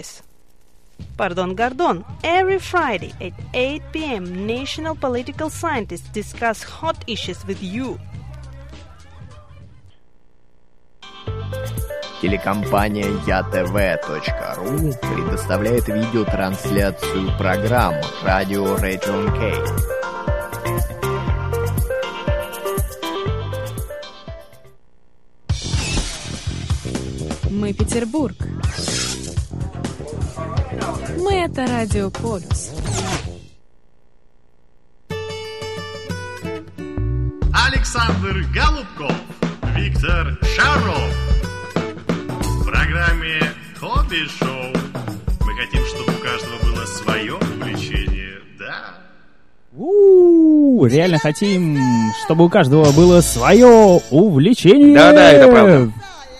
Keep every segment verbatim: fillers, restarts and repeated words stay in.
Pardon, Gardon. Every Friday at eight p.m. national political scientists discuss hot issues with you. Телекомпания я тэ вэ точка ру предоставляет видеотрансляцию программ «Радио Region K». Мы Петербург. Мы — это Радио Полюс. Александр Голубков, Виктор Шаров. В программе «Хобби-шоу» мы хотим, чтобы у каждого было свое увлечение, да? У-у-у, реально хотим, чтобы у каждого было свое увлечение. Да-да, это правда.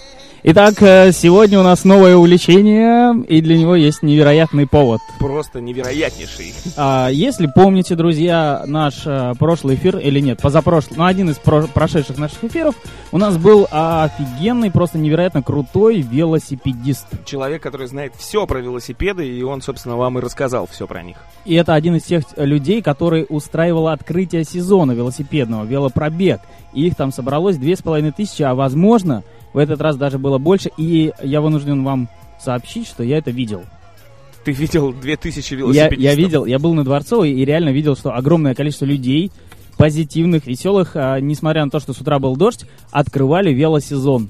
Итак, сегодня у нас новое увлечение, и для него есть невероятный повод. Просто невероятнейший. А, если помните, друзья, наш а, прошлый эфир, или нет, позапрошлый, ну, один из про- прошедших наших эфиров, у нас был офигенный, просто невероятно крутой велосипедист. Человек, который знает все про велосипеды, и он, собственно, вам и рассказал все про них. И это один из тех людей, который устраивал открытие сезона велосипедного, велопробег. И их там собралось две с половиной тысячи, а возможно... В этот раз даже было больше, и я вынужден вам сообщить, что я это видел. Ты видел две тысячи велосипедистов? Я, я видел, я был на Дворцовой и реально видел, что огромное количество людей, позитивных, веселых, а, несмотря на то, что с утра был дождь, открывали велосезон.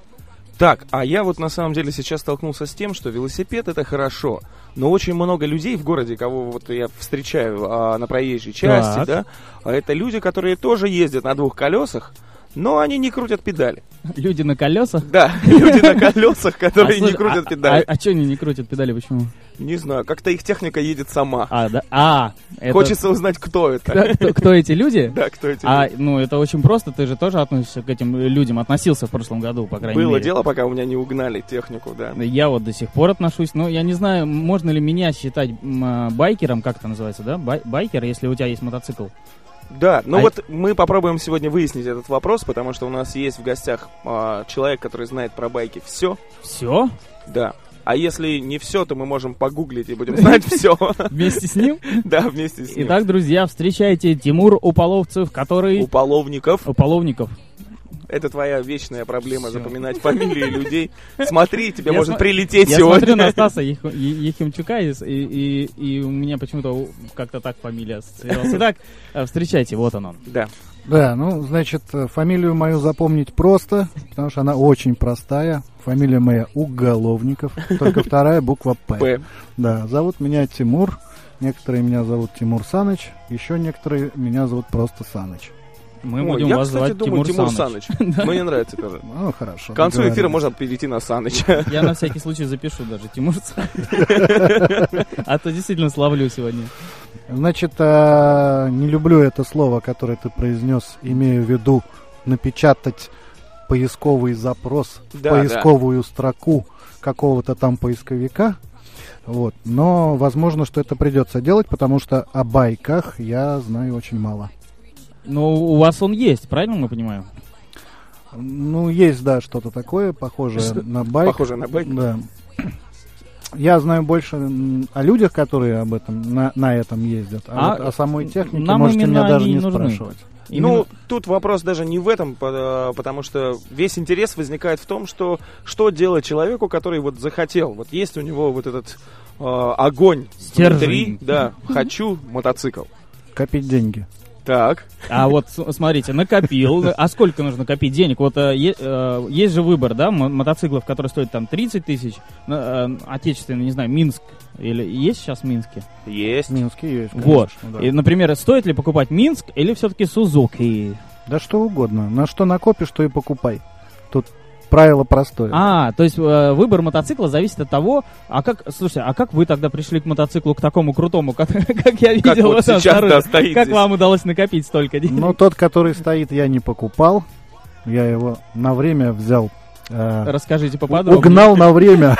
Так, а я вот на самом деле сейчас столкнулся с тем, что велосипед — это хорошо, но очень много людей в городе, кого вот я встречаю а, на проезжей части, Так. да, а это люди, которые тоже ездят на двух колесах, но они не крутят педали. Люди на колесах? Да, люди на колесах, которые А, слушай, не крутят а, педали. А, а, а что они не крутят педали, почему? Не знаю, как-то их техника едет сама. А, да? А, это... Хочется узнать, кто это. Кто, кто, кто эти люди? Да, кто эти А, люди. ну, это очень просто, ты же тоже относишься к этим людям, относился в прошлом году, по крайней Было мере. дело, пока у меня не угнали технику, да. Я вот до сих пор отношусь, но я не знаю, можно ли меня считать м, байкером, как это называется, да? Бай- байкер, если у тебя есть мотоцикл. Да, ну А вот мы попробуем сегодня выяснить этот вопрос, потому что у нас есть в гостях а, человек, который знает про байки все. Все? Да. А если не все, то мы можем погуглить и будем знать все. Вместе с ним? Да, вместе с ним. Итак, друзья, встречайте Тимур Уполовцев, который... Уполовников. Уполовников. Это твоя вечная проблема, Всё. запоминать фамилии людей. Смотри, тебе Я может см- прилететь Я сегодня. смотрю на Стаса Ях- Е- Ехимчука, и, и, и у меня почему-то как-то так фамилия ассоциировалась. Итак, э, встречайте, вот он он. Да. Да, ну, значит, э, фамилию мою запомнить просто, потому что она очень простая. Фамилия моя Уголовников, только вторая буква П. П. Да, зовут меня Тимур, некоторые меня зовут Тимур Саныч, еще некоторые меня зовут просто Саныч. Мы Ой, будем я, вас кстати, звать думаю, Тимур, Тимур Саныч. Саныч. Мне нравится тоже. Ну, хорошо. К концу эфира договорились. можно перейти на Саныча. Я на всякий случай запишу даже Тимур Саныч. А то действительно славлю сегодня. Значит, э, не люблю это слово, которое ты произнес, имею в виду напечатать поисковый запрос в Да, поисковую строку какого-то там поисковика. Вот. Но возможно, что это придется делать, потому что о байках я знаю очень мало. Ну, у вас он есть, правильно мы понимаем? Ну, есть, да, что-то такое, похожее Что- на байк. Похоже на байк. Да. Я знаю больше м, о людях, которые об этом, на, на этом ездят, а, А вот о самой технике нам можете именно меня даже они не нужны. спрашивать. Именно- Ну, тут вопрос даже не в этом, по- потому что весь интерес возникает в том, что что делать человеку, который вот захотел. Вот есть у него вот этот э, огонь Стержень. внутри, да, хочу мотоцикл. Копить деньги. Так. А вот с- смотрите, накопил. А сколько нужно копить денег? Вот э, е- э, есть же выбор, да, мо- мотоциклов, которые стоят там тридцать тысяч, э, отечественный, не знаю, Минск. Или есть сейчас в Минске? Есть. Минские есть, Вот. конечно, да. И, например, стоит ли покупать Минск или все-таки Сузуки? Да что угодно. На что накопишь, то и покупай. Тут правило простое. А, то есть э, выбор мотоцикла зависит от того, а как, слушайте, а как вы тогда пришли к мотоциклу, к такому крутому, как, как я видел Как вот вот там сейчас, снаружи? да, стоит Как здесь. вам удалось накопить столько денег? Но тот, который стоит, я не покупал. Я его на время взял. э, Расскажите поподробнее. угнал на время.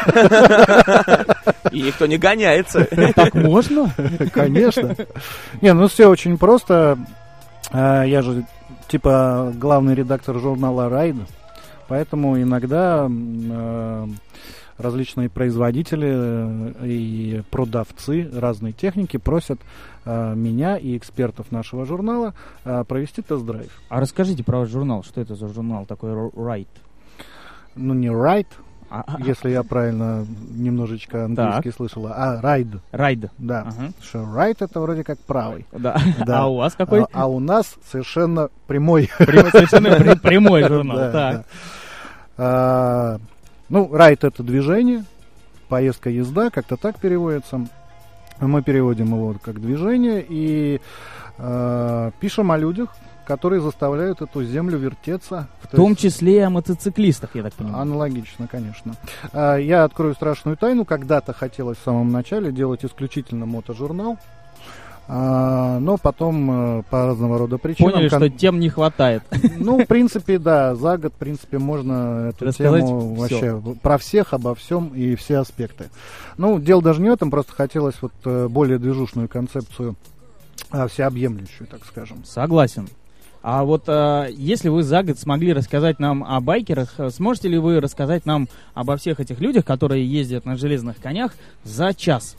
И никто не гоняется. Так можно? Конечно. Не, ну все очень просто. Э, Я же типа главный редактор журнала «Райд», поэтому иногда м, э, различные производители э, и продавцы разной техники просят э, меня и экспертов нашего журнала э, провести тест-драйв. А расскажите про ваш журнал. Что это за журнал такой Right? Ну, не Right, А, если я правильно немножечко английский Так. слышала, а Ride. Райд. Да. Ага. Что Right это вроде как правый. Да. Да. А у вас какой? А, а у нас совершенно прямой. Прям- Совершенно при- прямой журнал. Да, Так. да. А, ну, райд это движение, поездка, езда, как-то так переводится. Мы переводим его как движение и а, пишем о людях, которые заставляют эту землю вертеться. В том числе и о мотоциклистах, я так понимаю. Аналогично, конечно. А, я открою страшную тайну. Когда-то хотелось в самом начале делать исключительно мотожурнал. А, но потом э, по разного рода причинам... Поняли, кон- что тем не хватает. Ну, в принципе, да, за год, в принципе, можно эту Рассказать тему всё. вообще в- про всех, обо всем и все аспекты. Ну, дело даже не в этом, просто хотелось вот э, более движушную концепцию, а, всеобъемлющую, так скажем. Согласен. А вот а, если вы за год смогли рассказать нам о байкерах, а, сможете ли вы рассказать нам обо всех этих людях, которые ездят на железных конях за час?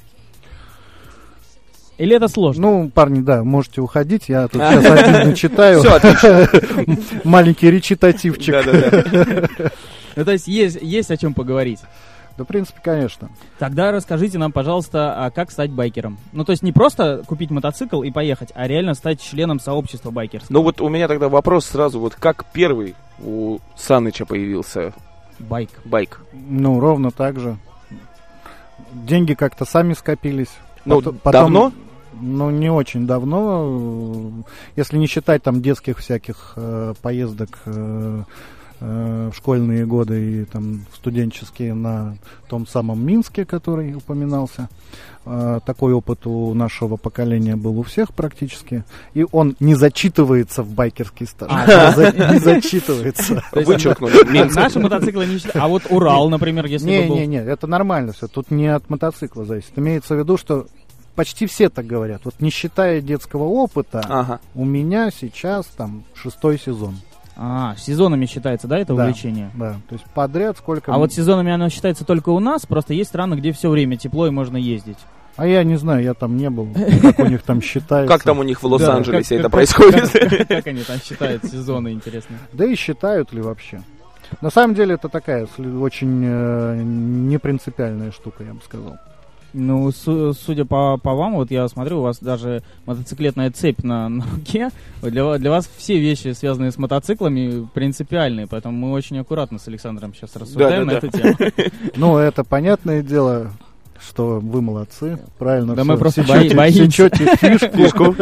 Или это сложно? Ну, парни, да, можете уходить, я тут сейчас отдельно читаю. Все, отлично. Маленький речитативчик. Да-да-да. Ну, то есть есть, есть о чем поговорить. Да, в принципе, конечно. Тогда расскажите нам, пожалуйста, а как стать байкером. Ну, то есть не просто купить мотоцикл и поехать, а реально стать членом сообщества байкерского. Ну вот у меня тогда вопрос сразу, вот как первый у Саныча появился Байк. байк? Ну, ровно так же. Деньги как-то сами скопились. Ну, Потом- потом- давно? Ну, не очень давно. Если не считать там детских всяких э, поездок э, э, в школьные годы и там студенческие на том самом Минске, который упоминался. Э, такой опыт у нашего поколения был у всех практически. И он не зачитывается в байкерский стаж. А, Не за- Не зачитывается. То есть Вычеркнули. Минск. Наши мотоциклы не считают. А вот Урал, например, если бы был... Не-не-не, это нормально все. Тут не от мотоцикла зависит. Имеется в виду, что почти все так говорят. Вот не считая детского опыта, Ага. у меня сейчас там шестой сезон. А, сезонами считается, да, это Да. увлечение? Да, то есть подряд сколько... А вот сезонами оно считается только у нас, просто есть страны, где все время тепло и можно ездить. А я не знаю, я там не был, как у них там считается. Как там у них в Да, Лос-Анджелесе как- это как- происходит? Как, как они там считают сезоны, интересно. Да и считают ли вообще? На самом деле это такая сли- очень э, непринципиальная штука, я бы сказал. Ну, су- судя по, по вам, вот я смотрю, у вас даже мотоциклетная цепь на, на руке. Вот Для, ва- для вас все вещи, связанные с мотоциклами, принципиальные, поэтому мы очень аккуратно с Александром сейчас рассуждаем на Да-да-да. эту тему. Ну, это понятное дело, что вы молодцы, правильно. Да всё мы просто сечете- бои- боимся. сечете фишку.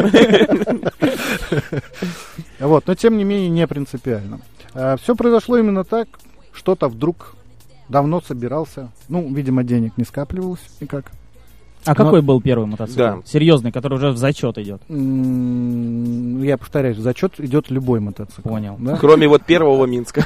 Вот, но тем не менее не принципиально. Все произошло именно так, что-то вдруг давно собирался, ну, видимо, денег не скапливалось никак. А какой был первый мотоцикл? Да. Серьезный, который уже в зачет идет. М, Я повторяюсь, в зачет идет любой мотоцикл. Понял. Да? Кроме вот первого Минска.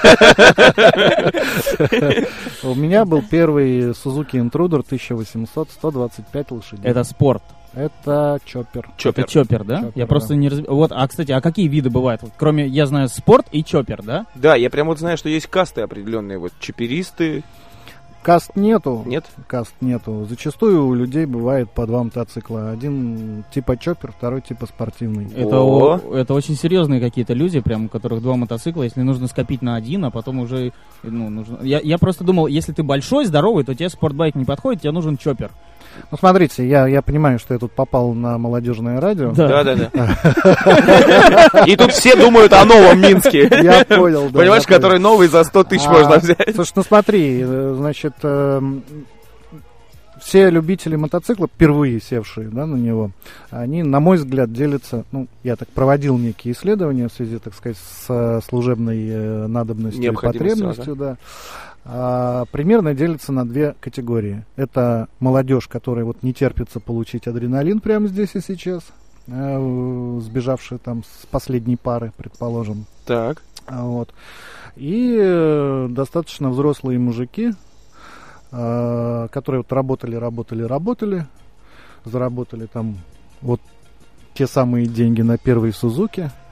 У меня был первый Suzuki Intruder тысяча восемьсот, сто двадцать пять лошадей. Это спорт. Это чоппер. Чоппер. Это чоппер, да? Чоппер, я да. просто не разб... Вот, а, кстати, а какие виды бывают? Вот, кроме, я знаю, спорт и чоппер, да? Да, я прям вот знаю, что есть касты определенные, вот чоперисты. Каст нету. Нет? Каст нету. Зачастую у людей бывает по два мотоцикла. Один типа чоппер, второй типа спортивный. Это, О. о- это очень серьезные какие-то люди, прям у которых два мотоцикла, если нужно скопить на один, а потом уже, ну, нужно... Я, я просто думал, если ты большой, здоровый, то тебе спортбайк не подходит, тебе нужен чоппер. Ну, смотрите, я, я понимаю, что я тут попал на молодежное радио. Да-да-да. И тут все думают о новом Минске. Я понял, да. Понимаешь, я понял. который новый за сто тысяч А, можно взять. Слушай, ну смотри, э, значит, эм, все любители мотоцикла, впервые севшие, да, на него, они, на мой взгляд, делятся, ну, я так проводил некие исследования в связи, так сказать, с э, служебной э, надобностью и Необходимостью, потребностью, да. А, примерно делятся на две категории. Это молодежь, которая вот не терпится получить адреналин прямо здесь и сейчас, э, сбежавшая там с последней пары, предположим. Так. А, Вот. И э, достаточно взрослые мужики, э, которые вот работали, работали, работали, заработали там вот те самые деньги на первой Сузуки,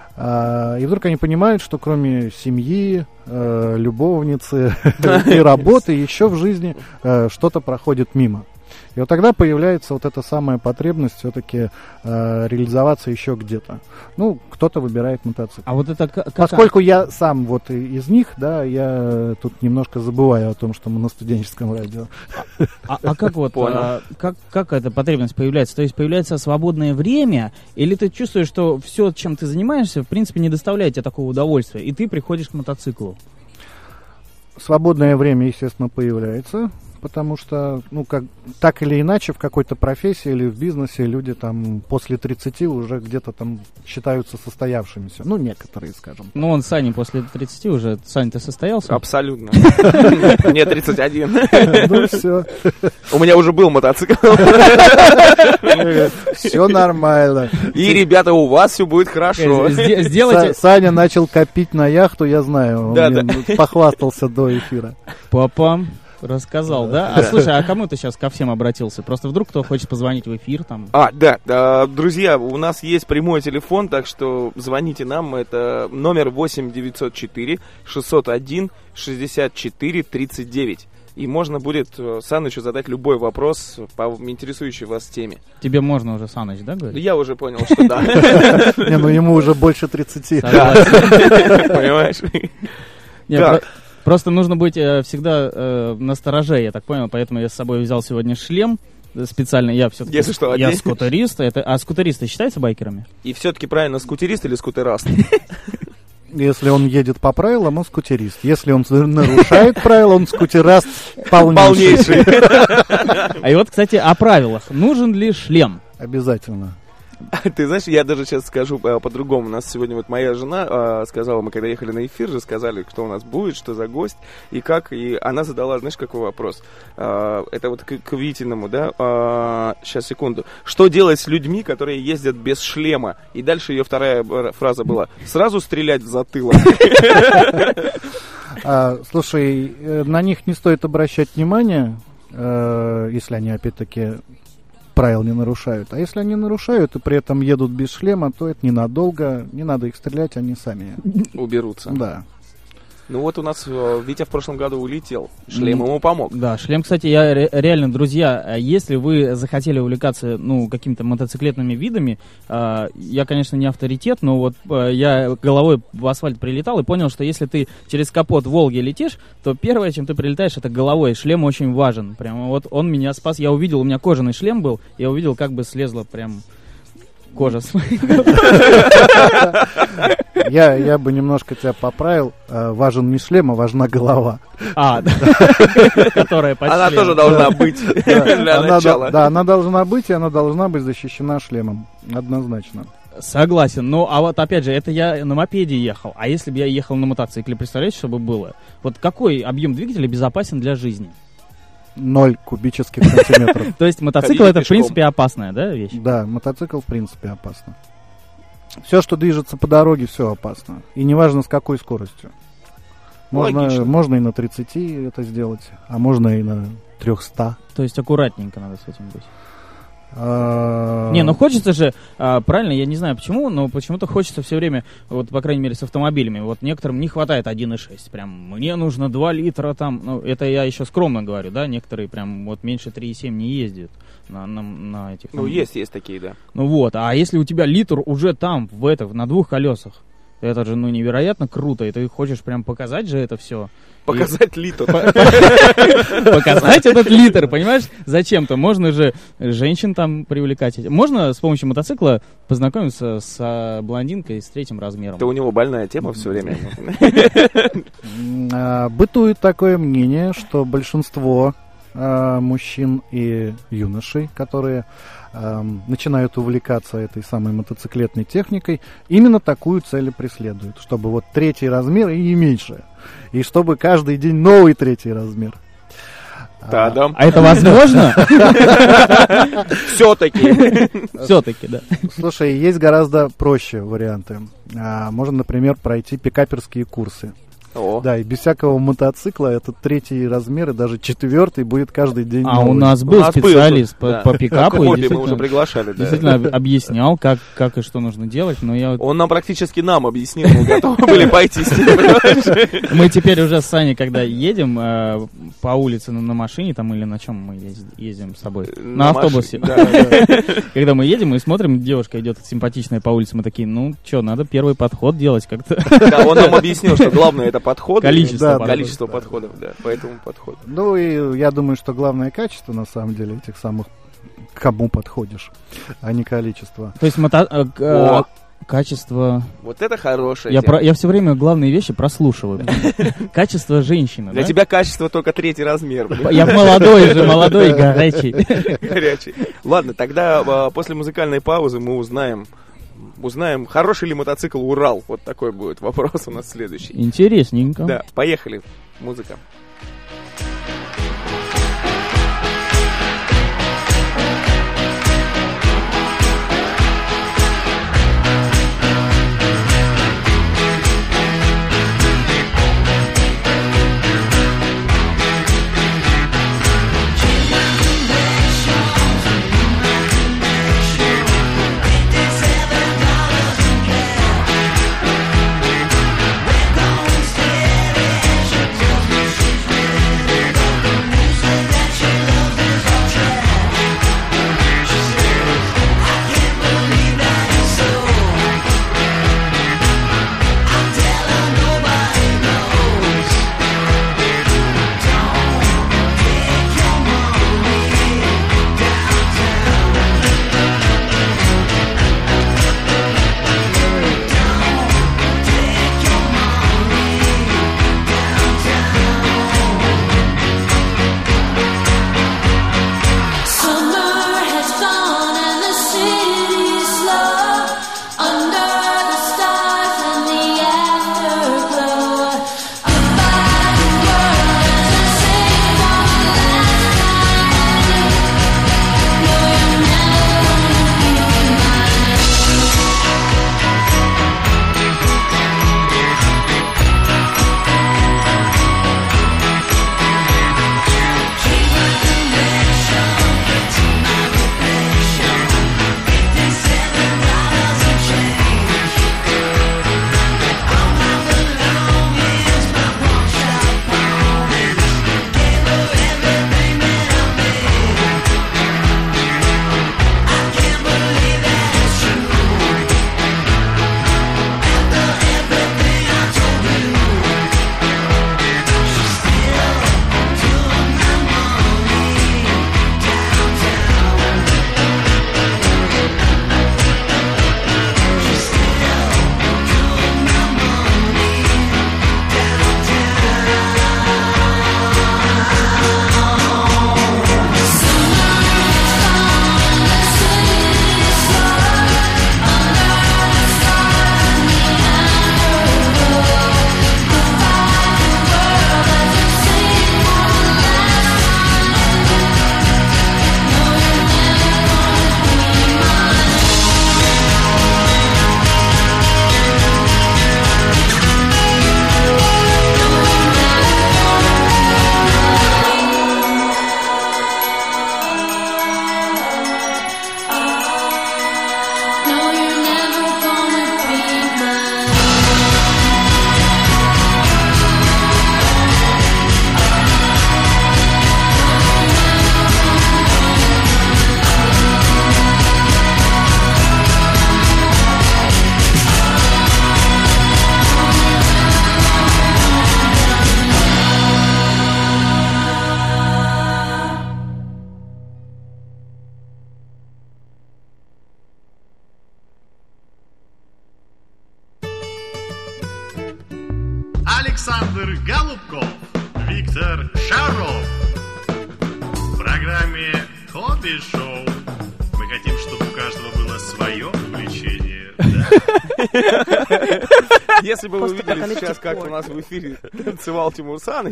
И вдруг они понимают, что кроме семьи, любовницы и работы, еще в жизни что-то проходит мимо. И вот тогда появляется вот эта самая потребность все-таки э, реализоваться еще где-то. Ну, кто-то выбирает мотоцикл. А вот это как... Поскольку я сам вот из них, да, я тут немножко забываю о том, что мы на студенческом радио. А, а как вот, а, как, как эта потребность появляется? То есть появляется свободное время, или ты чувствуешь, что все, чем ты занимаешься, в принципе, не доставляет тебе такого удовольствия, и ты приходишь к мотоциклу? Свободное время, естественно, появляется. Потому что, ну, как, так или иначе, в какой-то профессии или в бизнесе люди там после тридцати уже где-то там считаются состоявшимися. Ну, некоторые, скажем. Ну, он Саня после тридцати уже. Саня, ты состоялся? Абсолютно. Мне тридцать один. Ну, все. У меня уже был мотоцикл. Все нормально. И, ребята, у вас все будет хорошо. Сделайте... Саня начал копить на яхту, я знаю. Он похвастался до эфира. Папа... Рассказал, да? А слушай, а кому ты сейчас ко всем обратился? Просто вдруг кто хочет позвонить в эфир там? А, да, да, друзья, у нас есть прямой телефон, так что звоните нам, это номер восемь девятьсот четыре шестьсот один шестьдесят четыре тридцать девять. И можно будет Санычу задать любой вопрос по интересующей вас теме. Тебе можно уже, Саныч, да, говорить? Я уже понял, что да. Не, ну ему уже больше тридцати. Понимаешь? Нет, просто нужно быть э, всегда э, настороже, я так понял, поэтому я с собой взял сегодня шлем специально. Я все-таки Если что, я скутерист, это, а скутеристы считаются байкерами? И все-таки правильно, скутерист или скутераст? Если он едет по правилам, он скутерист. Если он нарушает правила, он скутераст полнейший. А и вот, кстати, о правилах. Нужен ли шлем? Обязательно. Ты знаешь, я даже сейчас скажу а, по-другому. У нас сегодня вот моя жена а, сказала, мы когда ехали на эфир же, сказали, кто у нас будет, что за гость и как. И она задала, знаешь, какой вопрос? А, это вот к, к Витиному, да? А, сейчас, секунду. Что делать с людьми, которые ездят без шлема? И дальше ее вторая фраза была: сразу стрелять в затылок. Слушай, на них не стоит обращать внимание, если они, опять-таки, правил не нарушают. А если они нарушают и при этом едут без шлема, то это ненадолго, не надо их стрелять, они сами уберутся. Да. Ну вот у нас Витя в прошлом году улетел, шлем ему помог. Да, шлем, кстати, я ре- реально, друзья, если вы захотели увлекаться, ну, какими-то мотоциклетными видами, э, я, конечно, не авторитет, но вот э, я головой в асфальт прилетал и понял, что если ты через капот Волги летишь, то первое, чем ты прилетаешь, это головой. Шлем очень важен. Прямо вот он меня спас. Я увидел, у меня кожаный шлем был, я увидел, как бы слезла прям кожа с моей головы. Я, я бы немножко тебя поправил. Важен не шлем, а важна голова. А, да. Которая под Она шлемом. тоже должна быть для начала. Да, она должна быть, и она должна быть защищена шлемом. Однозначно. Согласен. Ну, а вот опять же, это я на мопеде ехал. А если бы я ехал на мотоцикле, представляете, что бы было? Вот какой объем двигателя безопасен для жизни? Ноль кубических сантиметров. То есть мотоцикл это, в принципе, опасная, да, вещь? Да, мотоцикл, в принципе, опасно. Все, что движется по дороге, все опасно. И неважно, с какой скоростью. Можно, можно и на тридцати это сделать, а можно и на трехстах. То есть аккуратненько надо с этим быть. А... Не, ну хочется же, а, правильно, я не знаю почему, но почему-то хочется все время, вот по крайней мере с автомобилями, вот некоторым не хватает один и шесть, прям мне нужно два литра там, ну это я еще скромно говорю, да, некоторые прям вот меньше три и семь не ездят на, на, на этих. Ну есть, есть такие, да. Ну вот, а если у тебя литр уже там, в это, на двух колесах, это же, ну, невероятно круто, и ты хочешь прям показать же это все. Показать и... литр. Показать этот литр, понимаешь? Зачем-то. Можно же женщин там привлекать. Можно с помощью мотоцикла познакомиться с блондинкой с третьим размером. Это у него больная тема все время. Бытует такое мнение, что большинство мужчин и юношей, которые эм, начинают увлекаться этой самой мотоциклетной техникой, именно такую цель преследуют, чтобы вот третий размер и не меньше, и чтобы каждый день новый третий размер. Да, да. А это возможно? Все-таки. Все-таки, да. Слушай, есть гораздо проще варианты. Можно, например, пройти пикаперские курсы. О. Да, и без всякого мотоцикла этот третий размер и даже четвертый будет каждый день. А новый. у нас был У нас был, специалист по, да. по пикапу, и Мы уже действительно, приглашали, да. действительно об- объяснял, как, как и что нужно делать, но я вот- Он нам практически нам объяснил, мы готовы были пойти с ним, понимаешь? мы теперь уже с Саней, когда едем э, по улице на, на машине там или на чем мы ез- ездим с собой? На, машине, автобусе. да, да. Когда мы едем и смотрим, девушка идет симпатичная по улице, мы такие, ну что, надо первый подход делать как-то. Да, он нам объяснил, что главное это подход. Количество Да, подходов. Количество подходов, да, поэтому подход. Ну и я думаю, что главное качество, на самом деле, этих самых, к кому подходишь, а не количество. То есть мото- э, к- э, О. качество... Вот это хорошая Я, тема. про- я все время главные вещи прослушиваю. Качество женщины, Для да? тебя качество только третий размер. блин. Я молодой же, молодой и горячий. Горячий. Ладно, тогда а, после музыкальной паузы мы узнаем, узнаем, хороший ли мотоцикл Урал. Вот такой будет вопрос у нас следующий. Интересненько. Да, поехали. Музыка. Александр Голубков, Виктор Шаров. В программе Хобби Шоу мы хотим, чтобы у каждого было свое увлечение. Да? Если бы вы видели сейчас, как у нас в эфире танцевал Тимур Саныч.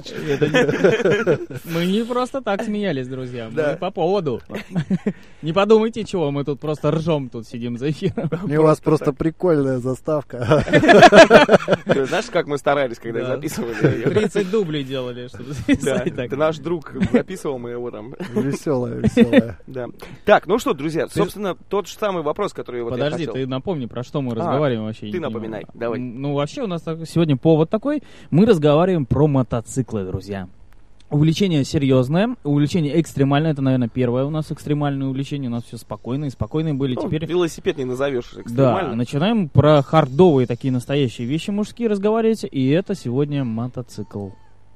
Мы не просто так смеялись, друзья. Да. Мы по поводу. Не подумайте, чего, мы тут просто ржем, тут сидим за эфиром. И у вас просто прикольная заставка. Ты знаешь, как мы старались, когда Да. записывали ее? тридцать дублей делали, чтобы Да, записать так. это наш друг записывал, мы его там. Веселая, веселая. Да. Так, ну что, друзья, собственно, тот же самый вопрос, который вот я Подожди, хотел. ты напомни, про что мы разговариваем вообще. ты я не напоминай, понимаю. давай. М, Ну, вообще у нас так- сегодня повод такой. Мы разговариваем про мотоциклы, друзья. Увлечение серьезное, увлечение экстремальное. Это, наверное, первое у нас экстремальное увлечение. У нас все спокойные, спокойные были. Ну, Теперь велосипед не назовешь да, экстремально. начинаем про хардовые такие настоящие вещи мужские разговаривать. И это сегодня мотоцикл.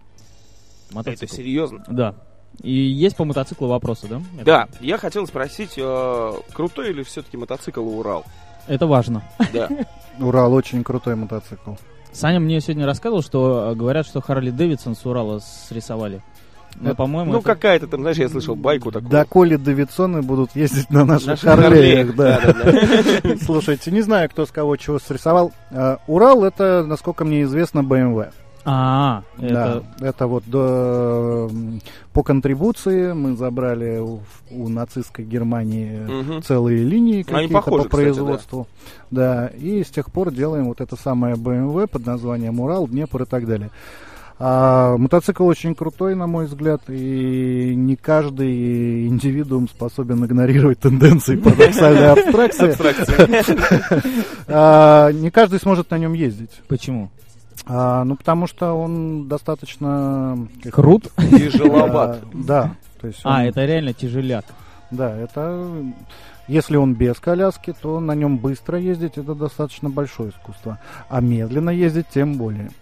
Это серьезно. Да. И есть по мотоциклу вопросы, да? Да, я хотел спросить, э, крутой или все-таки мотоцикл Урал? Это важно. Да. Урал очень крутой мотоцикл. Саня мне сегодня рассказывал, что э, говорят, что Харли Дэвидсон с Урала срисовали. Но, Это- по-моему, Ну, это- какая-то там, знаешь, я слышал байку такую. Доколе Дэвидсоны будут ездить на наших Наши Харлеях, Харлеях, да. да-да-да. Слушайте, не знаю, кто с кого чего срисовал. А, Урал — это, насколько мне известно, бэ эм вэ. А, это... Да, это вот до, м, по контрибуции мы забрали у, у нацистской Германии Мгм. целые линии Они какие-то похожи, по кстати, производству. Да. и с тех пор делаем вот это самое бэ эм вэ под названием Урал, Днепр и так далее. А, мотоцикл очень крутой, на мой взгляд, и не каждый индивидуум способен игнорировать тенденции парадоксальной абстракции. Абстракция. А, Не каждый сможет на нем ездить. Почему? А, Ну, потому что он достаточно... как Крут? Тяжеловат. А, Да. То есть А, он- это реально тяжеляк. Да, это... Если он без коляски, то на нем быстро ездить — это достаточно большое искусство. А медленно ездить тем более.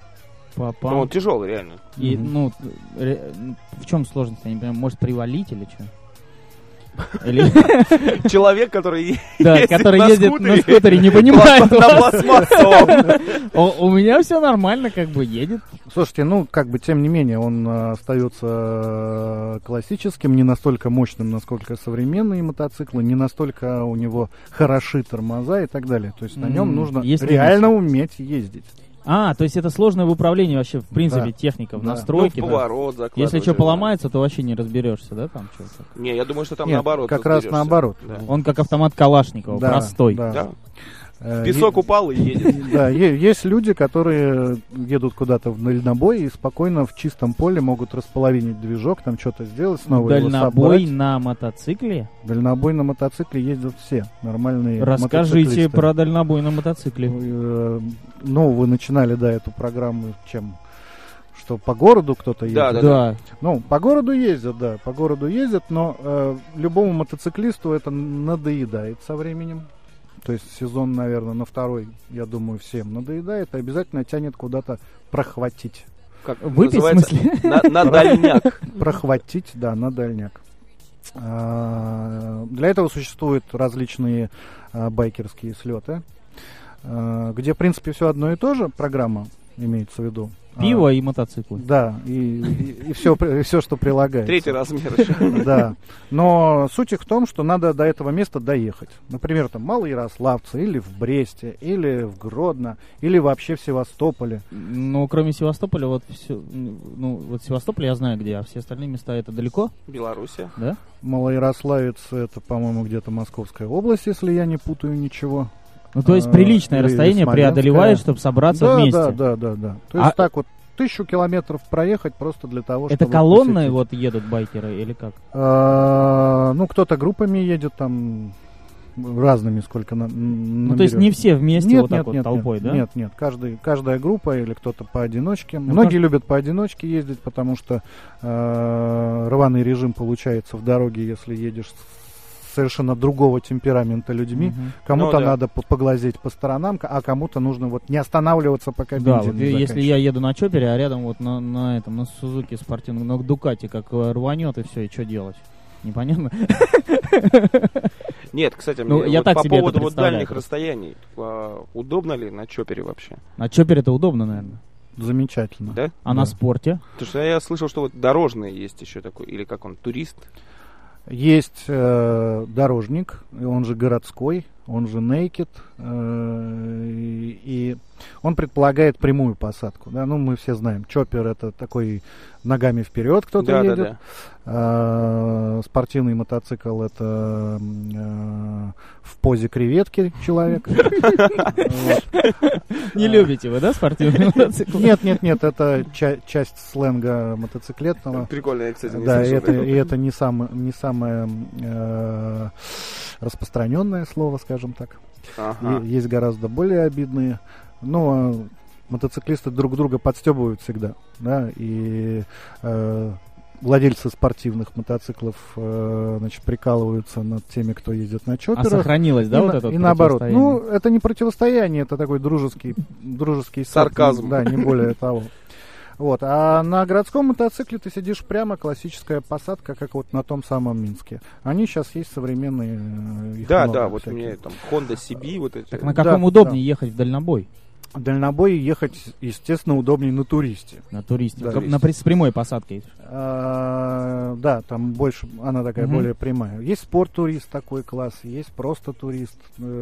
Папа. Ну, он тяжелый, реально. И, Мгм. ну, ре- в чем сложность? Я не понимаю, может привалить или что? Или... Человек, который Да, ездит который на ездит скутере, на скутере, не понимает на вас. пластмассовом. У у меня все нормально, как бы едет. Слушайте, ну, как бы, тем не менее, он а, остается а, классическим, не настолько мощным, насколько современные мотоциклы, не настолько у него хороши тормоза и так далее. То есть на нем М, нужно есть реально уметь ездить. А, то есть это сложное в управлении вообще, в принципе, Да. техника, в Да. настройке. Ну, да. поворот закладывать. Если что поломается, то вообще не разберешься, да, там что-то. Не, я думаю, что там Нет, наоборот. как раз разберешься. наоборот. Да. Он как автомат Калашникова, Да, простой. да. Да. Э, Песок упал и едет. е- Да, е- есть люди, которые едут куда-то в дальнобой и спокойно в чистом поле могут располовинить движок, там что-то сделать, снова его Дальнобой собрать. на мотоцикле? Дальнобой на мотоцикле ездят все нормальные Расскажите мотоциклисты. про дальнобой на мотоцикле. Э, Ну, вы начинали, да, эту программу чем? Что по городу кто-то ездит? Да, да, Да. Ну, по городу ездят, да, по городу ездят, но э, любому мотоциклисту это надоедает со временем. То есть сезон, наверное, на второй, я думаю, всем надоедает, и обязательно тянет куда-то прохватить. Как Выпить, в называется? смысле? На, на дальняк. Прохватить, да, на дальняк. А, Для этого существуют различные а, байкерские слеты, а, где, в принципе, все одно и то же, программа имеется в виду. Пиво А, и мотоциклы. Да, и, и, все, все, что прилагается. Третий размер еще. Да. Но суть их в том, что надо до этого места доехать. Например, там Малоярославце, или в Бресте, или в Гродно, или вообще в Севастополе. Ну, кроме Севастополя, вот все, ну, вот Севастополь я знаю где, а все остальные места это далеко, Белоруссия. да? Малоярославец — это, по-моему, где-то Московская область, если я не путаю ничего. Ну, то есть А, приличное или расстояние Смоленская. преодолеваешь, чтобы собраться да, вместе. Да, да, да, да. То А- есть так вот тысячу километров проехать просто для того, Это чтобы колонной посетить. вот едут байкеры или как? А, ну, кто-то группами едет там разными, сколько на, Ну, то есть не все вместе нет, вот так нет, вот нет, толпой, нет, да? Нет, нет, каждый, каждая группа или кто-то поодиночке. Ну, Многие кажд- любят поодиночке ездить, потому что э, рваный режим получается в дороге, если едешь с совершенно другого темперамента людьми. Мгм. Кому-то Ну, да. надо по- поглазеть по сторонам, а кому-то нужно вот не останавливаться, пока Да, бензин вот не и если заканчивается. я еду на чопере, а рядом вот на, на этом, на Сузуки спортивном, на Дукате, как э, рванет и все, и что делать? Непонятно? Нет, кстати, Ну, мне я вот так по себе это поводу вот представляю дальних просто. расстояний, а, удобно ли на чопере вообще? На чопере это удобно, наверное. Замечательно. Да? А на спорте? Потому что я слышал, что вот дорожный есть еще такой, или как он, турист. Есть э, дорожник, и он же городской, он же Naked, э, и, и он предполагает прямую посадку. Да? Ну, мы все знаем, чоппер — это такой ногами вперед кто-то Да, едет. да, да. А, спортивный мотоцикл — это э, в позе креветки человек. Не любите вы, да, спортивный мотоцикл? Нет, нет, нет, это ча- часть сленга мотоциклетного. Прикольно, я, кстати, не Да, и слышал это, такого. и это не самое, не самое э, распространенное слово, скажем так. Ага. Е- есть гораздо более обидные. Ну, а мотоциклисты друг друга подстебывают всегда, да, и э, владельцы спортивных мотоциклов, э, значит, прикалываются над теми, кто ездит на А чопперах. сохранилось, да, и вот на- это и наоборот. противостояние? Ну, это не противостояние, это такой дружеский, дружеский Сарказм. Да, не более того. Вот. А на городском мотоцикле ты сидишь прямо, классическая посадка, как вот на том самом Минске. Они сейчас есть современные. э, их Да, много да, вот у всяких. меня там Honda си би, вот эти. Так на Да, каком удобнее ехать в дальнобой? Дальнобой ехать, естественно, удобнее на туристе. На туристе. Да. Как на, при- с прямой посадкой. А, да, там больше, она такая Мгм. более прямая. Есть спорт-турист такой класс, есть просто турист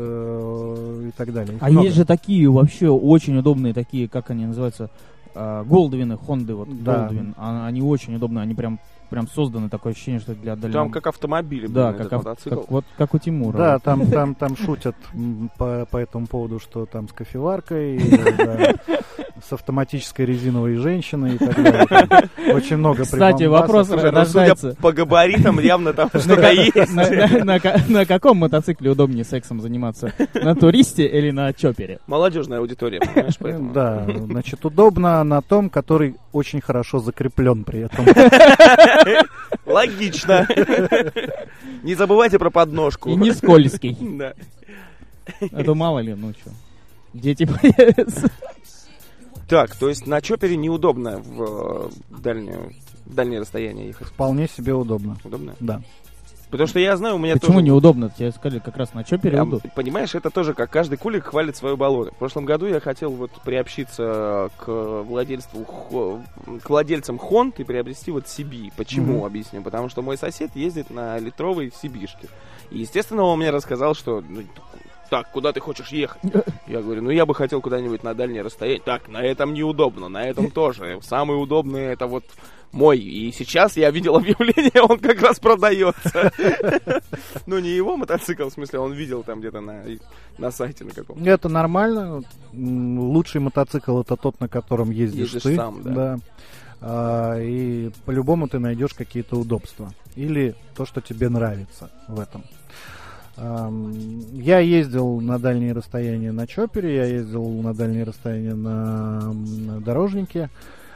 э, и так далее. Их А много. есть же такие вообще очень удобные, такие, как они называются, а, Голдвины, Хонды, вот Да. Голдвин. А- Они очень удобные, они прям, прям созданы, такое ощущение, что для дальнобоя. Там как автомобили, Да, блин, как, этот ав- мотоцикл. как- вот как у Тимура. Да, Вот. там, там, там шутят м, по, по этому поводу, что там с кофеваркой, да, с автоматической резиновой женщиной и так далее. Очень много Кстати, прибамбасов. вопрос Слушай, ну, рождается. судя по габаритам, явно там На, что-то ка- есть. на- на- на ка- на каком мотоцикле удобнее сексом заниматься? На туристе или на чоппере? Молодежная аудитория, понимаешь, поэтому. Да, значит, удобно на том, который очень хорошо закреплен при этом. Логично. Не забывайте про подножку. И не скользкий. Да. А то мало ли, ну что. Дети появятся. Так, то есть на чоппере неудобно в э, дальнее, в дальнее расстояние ехать. Вполне себе удобно. Удобно? Да. Потому что я знаю, у меня Почему тоже... неудобно? Тебе сказали, как раз на чоппере А, удобно. Понимаешь, это тоже как каждый кулик хвалит свое болото. В прошлом году я хотел вот приобщиться к владельству, хо- к владельцам Хонд и приобрести вот си би. Почему, Мгм. объясню. Потому что мой сосед ездит на литровой Сибишке. И, естественно, он мне рассказал, что... ну, так, куда ты хочешь ехать? Я говорю, ну я бы хотел куда-нибудь на дальнее расстояние. Так, на этом неудобно, на этом тоже. Самый удобный это вот мой. И сейчас я видел объявление, он как раз продается. Ну не его мотоцикл, в смысле, он видел там где-то на, на сайте на каком. Это нормально. М, Лучший мотоцикл — это тот, на котором ездишь, Ездишь ты. сам, да. А, и по-любому ты найдешь какие-то удобства. Или то, что тебе нравится в этом. Ам, Я ездил на дальние расстояния на чоппере, я ездил на дальние расстояния на м, дорожнике,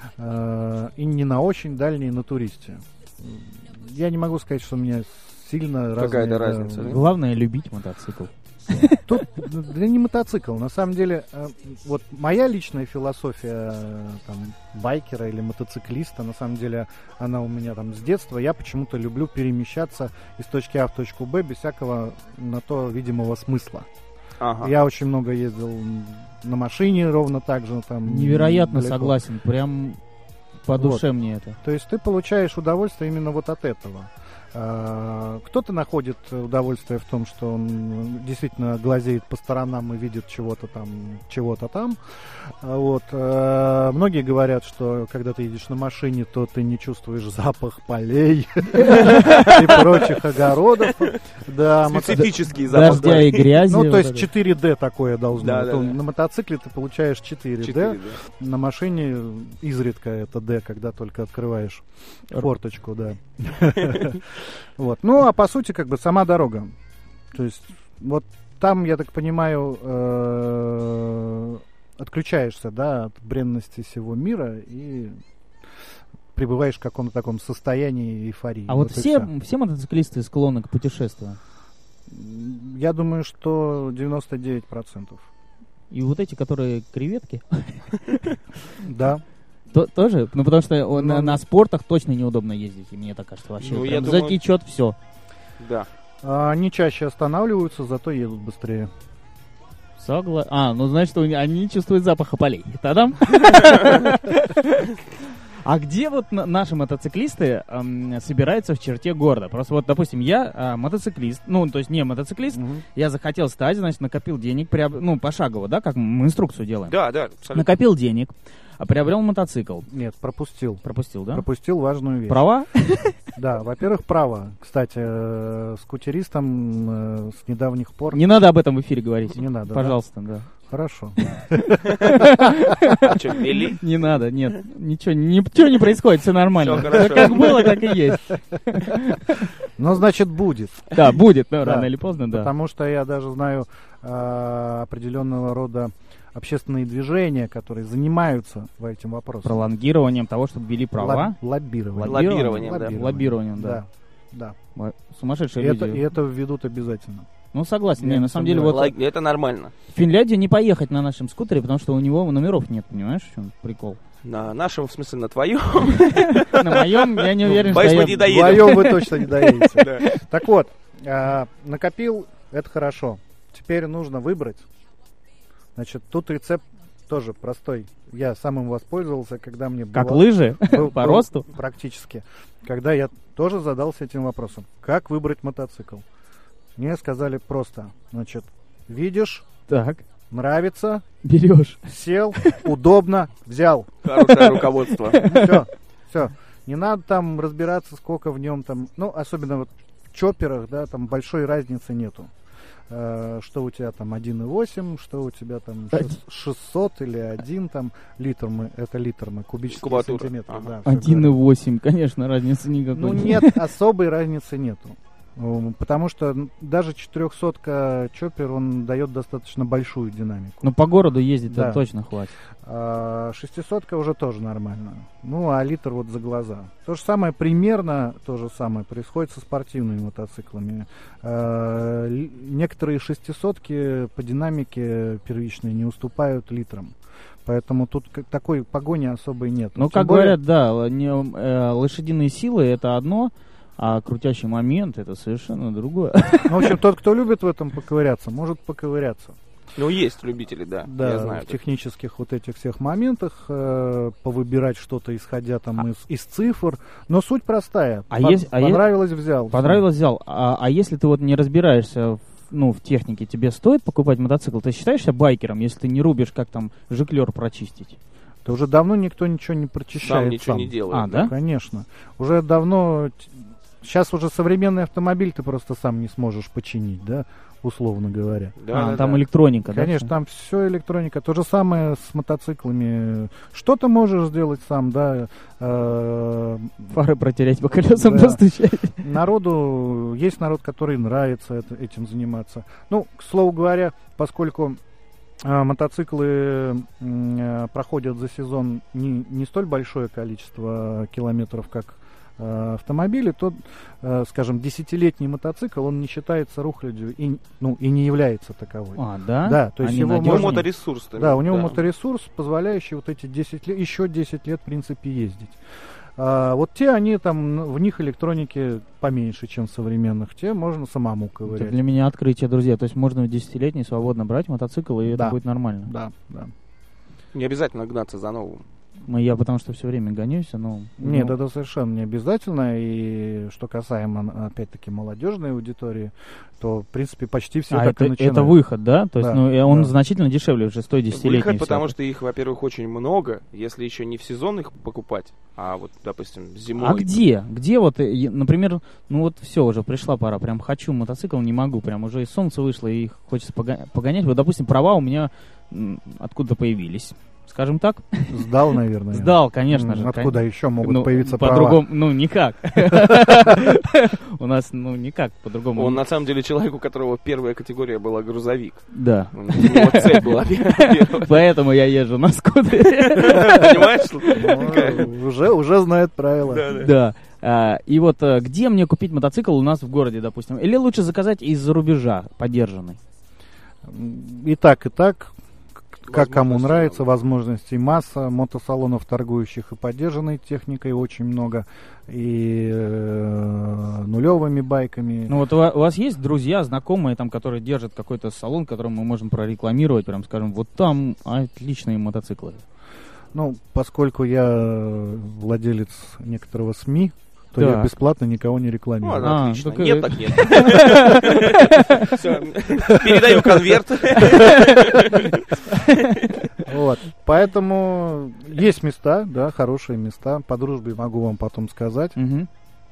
а, и не на очень дальние на туристе. Я не могу сказать, что у меня сильно Какая-то разные, да, разница, да? Главное любить мотоцикл. Тут да не мотоцикл. На самом деле, э, вот моя личная философия э, там, байкера или мотоциклиста, на самом деле, она у меня там с детства. Я почему-то люблю перемещаться из точки А в точку Б без всякого на то видимого смысла. Ага. Я очень много ездил на машине ровно так же. Там, Невероятно далеко. согласен. Прям по Вот. душе мне это. То есть ты получаешь удовольствие именно вот от этого. А, Кто-то находит удовольствие в том, что он действительно глазеет по сторонам и видит чего-то там, чего-то там. А Вот. а, Многие говорят, что когда ты едешь на машине, то ты не чувствуешь запах полей и прочих огородов. Да, мото- Специфический запах. Дождя и грязи. ну, то вот есть это. четыре дэ такое должно. Да, Вот да, он- да. На мотоцикле ты получаешь четыре дэ. четыре, да. На машине изредка это D, когда только открываешь форточку, да. Вот. Ну, а по сути, как бы сама дорога. То есть, вот там, я так понимаю, э, отключаешься, да, от бренности всего мира и пребываешь в каком-то таком состоянии эйфории. А вот и все, всё. все мотоциклисты склонны к путешествию. Я думаю, что девяносто девять процентов. И вот эти, которые креветки, Да. то- тоже? Ну, потому что о, на, Ну, на спортах точно неудобно ездить, и мне так кажется, вообще. Ну, я прям думаю- затечет все. Да. А Они чаще останавливаются, зато едут быстрее. Согла... А, ну, значит, у- они чувствуют запах полей. Та-дам! А где вот на- наши мотоциклисты эм, собираются в черте города? Просто вот, допустим, я э, мотоциклист, ну, то есть не мотоциклист, Мгм. я захотел стать, значит, накопил денег, приоб... ну, пошагово, да, как мы инструкцию делаем. Да, да, абсолютно. Накопил денег, а приобрел мотоцикл. Нет, пропустил. Пропустил, да? Пропустил важную вещь. Права? Да, во-первых, право. Кстати, э, скутеристам э, с недавних пор... Не надо об этом в эфире говорить. Не надо, да? Пожалуйста, да. Хорошо. А что, ввели? Не надо, нет. Ничего, ничего не происходит, все нормально. Всё хорошо. Всё как было, так и есть. Ну, значит, будет. Да, будет, да, Да. рано или поздно, да. Потому что я даже знаю э, определенного рода общественные движения, которые занимаются этим вопросом. Пролонгированием того, чтобы ввели права. Лоб- Лоббирование. Лоббированием, да. Лоббированием, да. Да, да. Мо- Сумасшедшие И это, люди. и это введут обязательно. Ну, согласен. Я Не, не на самом деле, вот Лайк, это нормально. в Финляндию не поехать на нашем скутере, потому что у него номеров нет, понимаешь, в чем прикол? На нашем, в смысле, на твоем. На моем я не уверен, что Боюсь, мы я... не доедем. Вдвоем вы точно не доедете. Да. Так вот, а, накопил, это хорошо. Теперь нужно выбрать. Значит, тут рецепт тоже простой. Я сам им воспользовался, когда мне было... Как лыжи был- по был росту. Практически. Когда я тоже задался этим вопросом. Как выбрать мотоцикл? Мне сказали просто. Значит, видишь, Так, нравится, берешь. сел, удобно, взял. Хорошее руководство. Все, все. Не надо там разбираться, сколько в нем там. Ну, особенно вот в чопперах, да, там большой разницы нету. Э, Что у тебя там один и восемь, что у тебя там шест- шестьсот или один там литр мы, это литр мы, кубические Кубатура. сантиметры. Ага. Да, всё один и говорю. восемь, конечно, разницы никакой. Ну нет, особой разницы нету. М, Потому что даже четырехсотка чоппер, он дает достаточно большую динамику. Ну, по городу ездить Да. точно хватит. А шестисотка уже тоже нормально. Ну, а литр вот за глаза. То же самое, примерно то же самое происходит со спортивными мотоциклами. А, л- некоторые шестисотки по динамике первичной не уступают литрам. Поэтому тут к- такой погони особой нет. Ну, Тем как более- говорят, да, л- не, э, лошадиные силы это одно, а крутящий момент это совершенно другое. Ну, в общем, тот, кто любит в этом поковыряться, может поковыряться. Ну, есть любители, да. Да, Я знаю. в технических вот этих всех моментах э, повыбирать что-то, исходя там из, из цифр. Но суть простая. А По- есть- а есть- понравилось, взял. Понравилось, взял. А, а если ты вот не разбираешься в, ну, в технике, тебе стоит покупать мотоцикл? Ты считаешься байкером, если ты не рубишь, как там жиклер прочистить? Да уже давно никто ничего не прочищает Сам ничего сам. не делает. А, да? Конечно. Уже давно... Сейчас уже современный автомобиль ты просто сам не сможешь починить, да, условно говоря. Да, а, да, там да. электроника, да? Конечно, там все электроника. То же самое с мотоциклами. Что ты можешь сделать сам, да? э, Фары протереть, по колесам Да. постучать. Народу, есть народ, который нравится это- этим заниматься. Ну, к слову говоря, поскольку э, мотоциклы м, э, проходят за сезон не, не столь большое количество километров, как э, автомобили, то, э, скажем, десятилетний мотоцикл, он не считается рухлядью и, ну, и не является таковой. А, да? Да, то есть Они его У него надежные? можно- моторесурс. там, Да, у него моторесурс, позволяющий вот эти десять лет, еще десять лет, в принципе, ездить. А, вот те, они там, ну, в них электроники поменьше, чем в современных, те можно самому Это ковырять. для меня открытие, друзья. То есть можно в десятилетний свободно брать мотоцикл, и Да. это будет нормально. Да, да. Не обязательно гнаться за новым. Ну, я потому что все время гонюсь, но... Нет, ну, это совершенно не обязательно. И что касаемо, опять-таки, молодежной аудитории, то, в принципе, почти все а, так это, и начинают. это выход, да? То есть, Да, ну, и он да. значительно дешевле уже стоит десятилетний. Выход, потому всякий. что их, во-первых, очень много, если еще не в сезон их покупать, а вот, допустим, зимой. А где? Где вот, э, е- например, ну вот все, уже пришла пора, прям хочу мотоцикл, не могу, прям уже и солнце вышло, и хочется пога- погонять. Вот, допустим, права у меня м, откуда появились, скажем так. Сдал, наверное. Сдал, конечно М, же. Откуда кон- еще могут ну, появиться права? по-другому, ну, никак. У нас, ну, никак, по-другому. Он на самом деле человек, у которого первая категория была грузовик. Да. У него цепь была первая. Поэтому я езжу на скутере. Понимаешь? Ну, уже, уже знает правила. Да. А, И вот э, где мне купить мотоцикл у нас в городе, допустим? Или лучше заказать из-за рубежа, подержанный? И так, и так. Как кому Возможностей нравится, много. возможностей масса, мотосалонов, торгующих и поддержанной техникой очень много, и э, нулевыми байками. Ну вот у ва- у вас есть друзья, знакомые, там, которые держат какой-то салон, который мы можем прорекламировать, прям скажем, вот там отличные мотоциклы. Ну, поскольку я владелец некоторого СМИ, то Да. я бесплатно никого не Ну, рекламирую. ладно, А, отлично. так, Нет, э, так нет. Всё, передаю конверт. Вот. Поэтому есть места, да, хорошие места. По дружбе могу вам потом сказать. Мгм.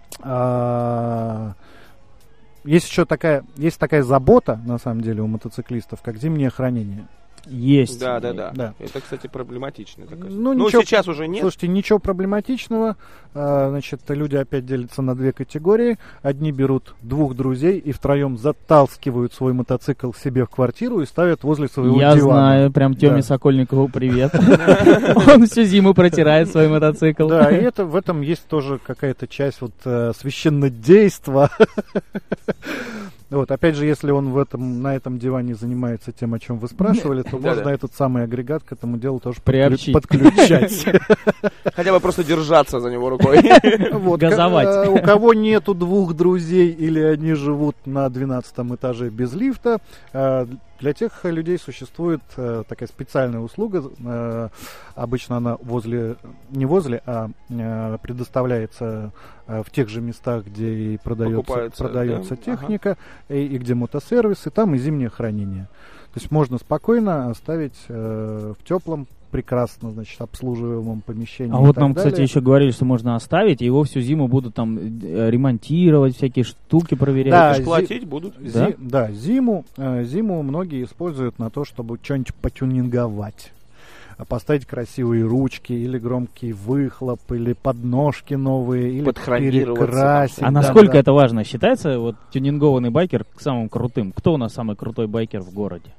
А, Есть еще такая, есть такая забота, на самом деле, у мотоциклистов, как зимнее хранение. Есть. Да, да, да. Да. Это, кстати, проблематично. такая. Ну, Ну, ничего- сейчас уже нет. Слушайте, ничего проблематичного. А, Значит, люди опять делятся на две категории. Одни берут двух друзей и втроем заталскивают свой мотоцикл себе в квартиру и ставят возле своего Я дивана. знаю, прям Тёме Да. Сокольникову привет. Он всю зиму протирает свой мотоцикл. Да, и это, в этом есть тоже какая-то часть вот э, священнодейства. Вот, опять же, если он в этом, на этом диване занимается тем, о чем вы спрашивали, то Да-да. можно этот самый агрегат к этому делу тоже подклю- Приобщить. подключать. Хотя бы просто держаться за него рукой. Вот, Газовать. ка- э, У кого нету двух друзей или они живут на двенадцатом этаже без лифта, э, для тех людей существует э, такая специальная услуга. э, Обычно она возле, не возле, а э, предоставляется э, в тех же местах, где и продается, Покупается, продается да? техника, и, и где мотосервисы, там и зимнее хранение. То есть можно спокойно оставить э, в теплом, прекрасно, значит, обслуживаемом помещении. А и вот так нам, кстати, далее. еще говорили, что можно оставить, и его всю зиму будут там э, ремонтировать, всякие штуки проверять. Да, Аж зи- платить будут. Зи- Да? да, зиму, э, зиму многие используют на то, чтобы что-нибудь потюнинговать. А поставить красивые ручки, или громкий выхлоп, или подножки новые, или Подхромироваться перекрасить. А да, насколько да. это важно? Считается вот тюнингованный байкер самым крутым? Кто у нас самый крутой байкер в городе?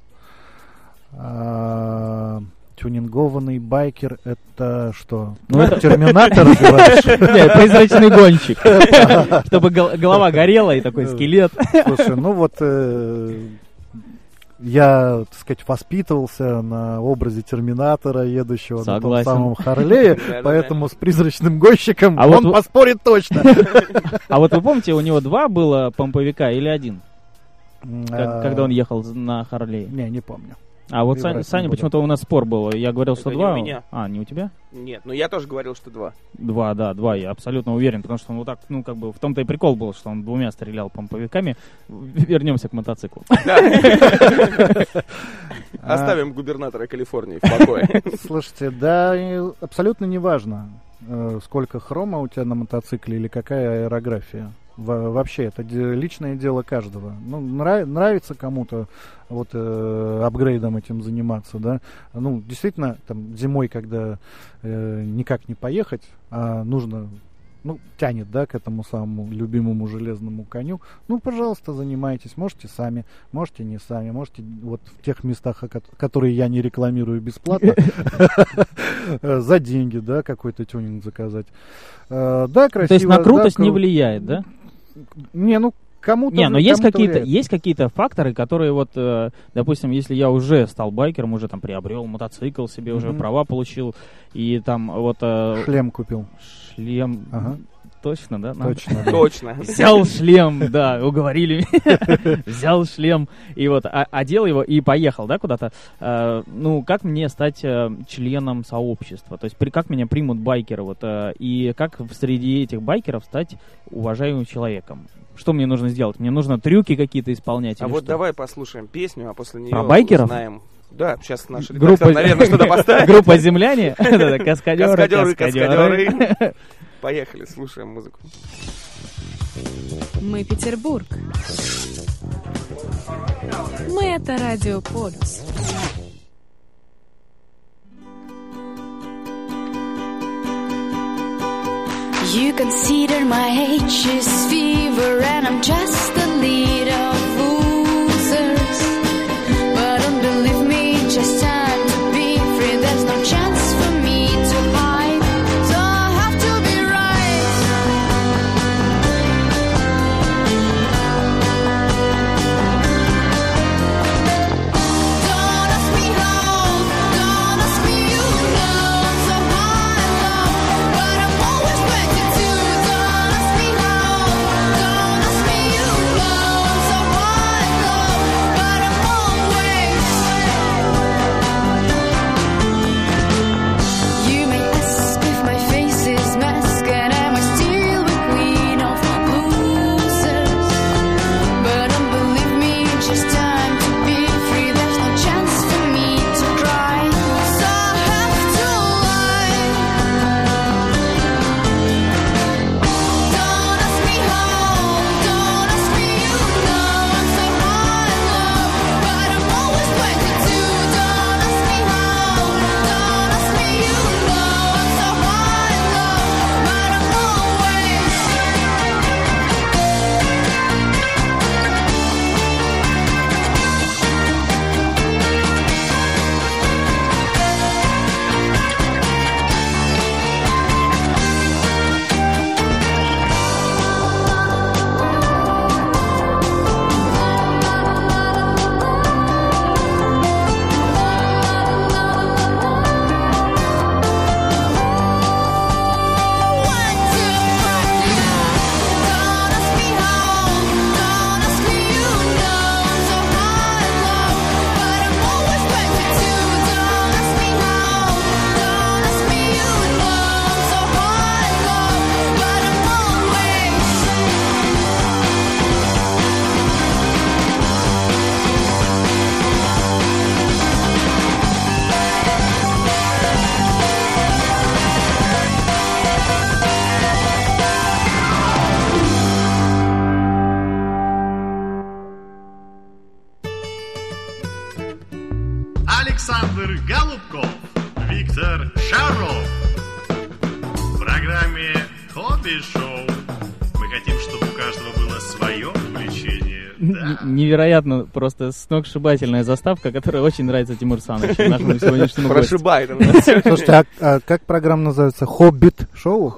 А, тюнингованный байкер — это что? Ну, это- Терминатор, говоришь? Нет, призрачный гонщик. Чтобы гол- голова горела и такой скелет. Слушай, ну вот э, я, так сказать, воспитывался на образе Терминатора, едущего на том Согласен. самом Харлее, Да-да-да. поэтому с призрачным гонщиком А вот он вы- поспорит точно. А вот вы помните, у него два было помповика или один? Как- А, Когда он ехал на Харлее? Не, не помню. А вот и Саня, врать не Саня буду. почему-то у нас спор был. Я говорил, что Это не два. у меня. А, не у тебя? Нет, ну я тоже говорил, что два. Два, да, два, я абсолютно уверен, потому что он вот так, ну, как бы, в том-то и прикол был, что он двумя стрелял помповиками. Вернемся к мотоциклу. Оставим губернатора Калифорнии в покое. Слушайте, да, и абсолютно не важно, э, сколько хрома у тебя на мотоцикле или какая аэрография. Во- Вообще, это де- личное дело каждого. Ну, нрав- нравится кому-то вот э, апгрейдом этим заниматься, да. Ну, действительно, там зимой, когда э, никак не поехать, а нужно, ну, тянет, да, к этому самому любимому железному коню. Ну, пожалуйста, занимайтесь. Можете сами, можете не сами, можете вот в тех местах, о ко- которые я не рекламирую бесплатно, за деньги, да, какой-то тюнинг заказать. Э, Да, красиво. То есть на да, крутость не кру- влияет, да? Не, ну, кому-то... Не, но есть кому-то какие-то, влияет. есть какие-то факторы, которые вот, э, допустим, если я уже стал байкером, уже там приобрел мотоцикл себе, уже Мгм. права получил, и там вот э, Шлем купил. шлем, Ага. точно, да? Надо? Точно. да. Точно. Взял шлем, да, уговорили меня. Взял шлем и вот о- одел его и поехал, да, куда-то. Э, ну, как мне стать э, членом сообщества? То есть, при, как меня примут байкеры? Вот, э, и как в- среди этих байкеров стать уважаемым человеком? Что мне нужно сделать? Мне нужно трюки какие-то исполнять? А или вот что? давай послушаем песню, а после нее Про байкеров? узнаем. Да, сейчас наш Группа, редактор, наверное, что-то поставит. группа земляне, Да-да, каскадеры, Каскадеры, каскадеры. каскадеры. Поехали, слушаем музыку. Мы Петербург. Мы это Радио Полюс. You consider my age is fever and I'm just a little losers. But don't believe me, just time to be free. There's no chance for me to hide, so I have to be right. Don't ask me how, don't ask me you know so high and low, but I'm always ready to. Don't ask me how, don't ask me you know. Александр Голубков, Виктор Шаров. В программе «Хобби Шоу» мы хотим, чтобы у каждого было свое увлечение. Да. Невероятно, просто сногсшибательная заставка, которая очень нравится Тимуру Санычу, нашему сегодняшнему гостю. Прошибает. Слушайте, а, а как программа называется? Хоббит шоу?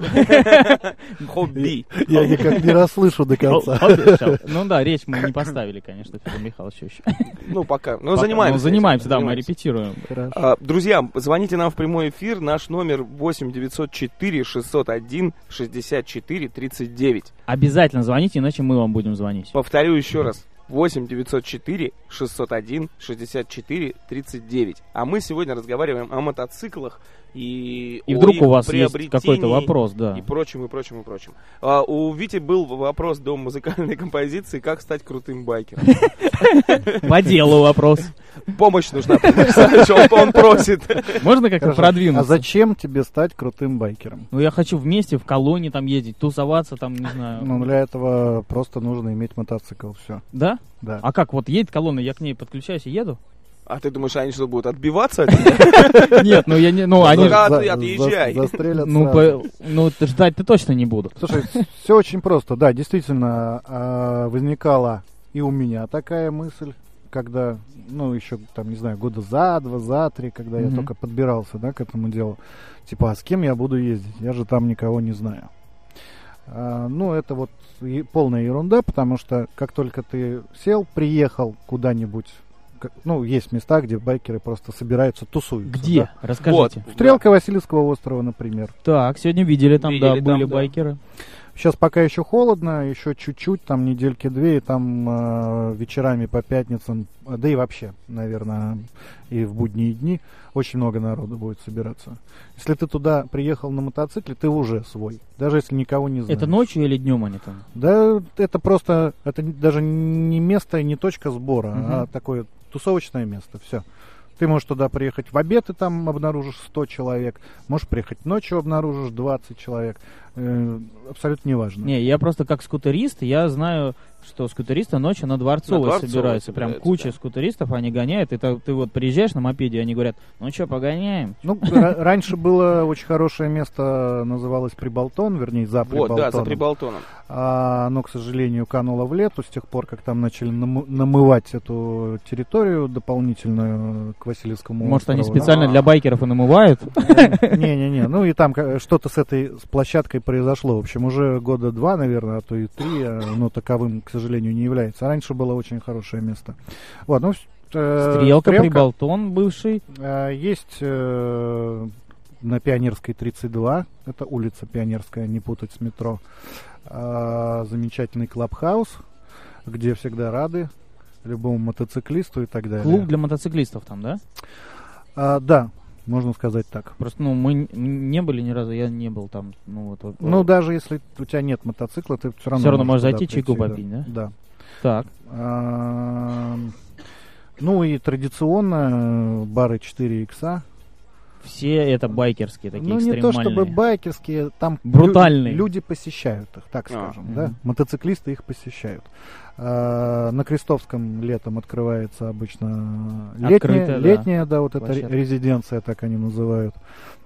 Хобби. Я никак не расслышу до конца. Ну да, речь мы не поставили, конечно, Федор Михайлович еще. Ну, пока. Ну, занимаемся. Ну, занимаемся, да, мы репетируем. А, друзья, звоните нам в прямой эфир. Наш номер восемь девятьсот четыре шестьсот один шестьдесят четыре тридцать девять. Обязательно звоните, иначе мы вам будем звонить. Повторю еще раз. восемь девятьсот четыре шестьсот один шестьдесят четыре тридцать девять. А мы сегодня разговариваем о мотоциклах и, и о вдруг их у вас есть приобретении какой-то вопрос, да. И прочим, и прочим, и прочим. А, у Вити был вопрос до музыкальной композиции, как стать крутым байкером. По делу вопрос. Помощь нужна, он просит. Можно как-то продвинуться? А зачем тебе стать крутым байкером? Ну, я хочу вместе в колонне там ездить, тусоваться там, не знаю. Ну, для этого просто нужно иметь мотоцикл, все. Да? Да. А как, вот едет колонна, я к ней подключаюсь и еду? А ты думаешь, они что, будут отбиваться от тебя? Нет, ну я не, ну они же... Отъезжай. Застрелят Ну, сразу. ну ждать-то точно не буду. Слушай, все очень просто. Да, действительно, а, возникала и у меня такая мысль, когда, ну, еще, там, не знаю, года за два, за три, когда я Мгм. только подбирался, да, к этому делу. Типа, а с кем я буду ездить? Я же там никого не знаю. А, ну, это вот и полная ерунда, потому что как только ты сел, приехал куда-нибудь, к- ну, есть места, где байкеры просто собираются, тусуются. Где? да. Расскажите. Стрелка Васильевского острова, например. Так, сегодня видели там, Видели да, там, были да. байкеры. Сейчас пока еще холодно, еще чуть-чуть, там недельки две, и там э, вечерами по пятницам, э, да и вообще, наверное, и в будние дни очень много народу будет собираться. Если ты туда приехал на мотоцикле, ты уже свой, даже если никого не знаешь. Это ночью или днем они там? Да, это просто, это не- даже не место и не точка сбора, Мгм. а такое тусовочное место, все. Ты можешь туда приехать в обед, и там обнаружишь сто человек. Можешь приехать ночью, обнаружишь двадцать человек. Э, абсолютно неважно. Не, я просто как скутерист, я знаю, что скутеристы ночью на Дворцовой, На Дворцовой собираются. Прям собираются, куча да. скутеристов, они гоняют. И та- ты вот приезжаешь на мопеде, и они говорят, ну что, погоняем? Ну, ра- раньше было очень хорошее место, называлось Прибалтон, вернее, за Вот, Прибалтоном. да, за Прибалтоном. А оно, к сожалению, кануло в лету с тех пор, как там начали намы- намывать эту территорию дополнительную к Васильевскому Может, они острову. специально А. для байкеров и намывают? Не-не-не, ну и там ка- что-то с этой с площадкой произошло. В общем, уже года два, наверное, а то и три, а, но таковым, к сожалению, не является. А раньше было очень хорошее место. Вот, ну, э, Стрелка, Прибалтон бывший. Э, Есть э, на Пионерской тридцать два, это улица Пионерская, не путать с метро, э, замечательный клабхаус, где всегда рады любому мотоциклисту и так далее. Клуб для мотоциклистов там, да? А, да, можно сказать так. Просто, ну, мы н- не были ни разу, я не был там. Ну, вот, вот, Ну, даже если у тебя нет мотоцикла, ты все равно, Всё равно можешь туда зайти, чайку прийти, попить, да? Да. Так. А, ну и традиционно э, бары четыре икса. Все это байкерские такие, Ну, не то экстремальные. чтобы байкерские, там Брутальные. лю- люди посещают их, так А, скажем, мгм. да, мотоциклисты их посещают. А, на Крестовском летом открывается обычно летняя, Открытая, да, летняя, да, вот эта ре- площадка. резиденция, так они называют.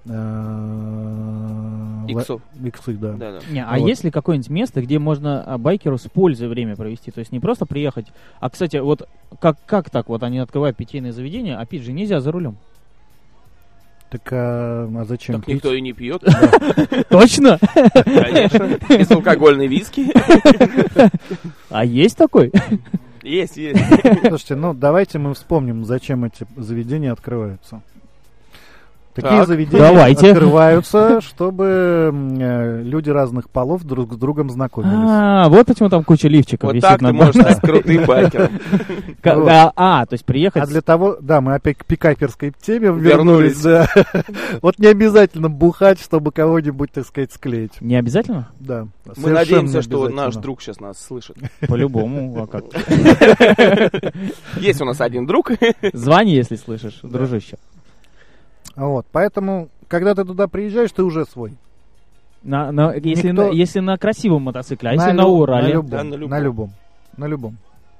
А, Иксов. ла- Иксы, да. Да, да. Не, а Вот. есть ли какое-нибудь место, где можно а, байкеру с пользой время провести? То есть не просто приехать, а, кстати, вот как, как так? Вот они открывают питейное заведение, а пить же нельзя за рулем. Так а, а зачем Так пить? никто и не пьет. Точно? Конечно. Безалкогольный виски. А есть такой? Есть, есть. Слушайте, ну давайте мы вспомним, зачем эти заведения открываются. Такие Так. заведения Давайте. открываются, чтобы м, э, люди разных полов друг с другом знакомились. А, вот почему там куча лифчиков Вот висит так на ты можешь баре. стать крутым байкером. Ка- Вот. А, а, то есть приехать... А для того, да, мы опять к пикаперской теме Вернулись. вернулись, да. Вот не обязательно бухать, чтобы кого-нибудь, так сказать, склеить. Не обязательно? Да. Мы совершенно надеемся, что обязательно. наш друг сейчас нас слышит. По-любому. А как? Есть у нас один друг. Звони, если слышишь, дружище. Вот, поэтому, когда ты туда приезжаешь, ты уже свой. На, на- если, Никто- на, если на красивом мотоцикле, а если на, лю- Урале? На любом, Да, на на любом. любом. На любом.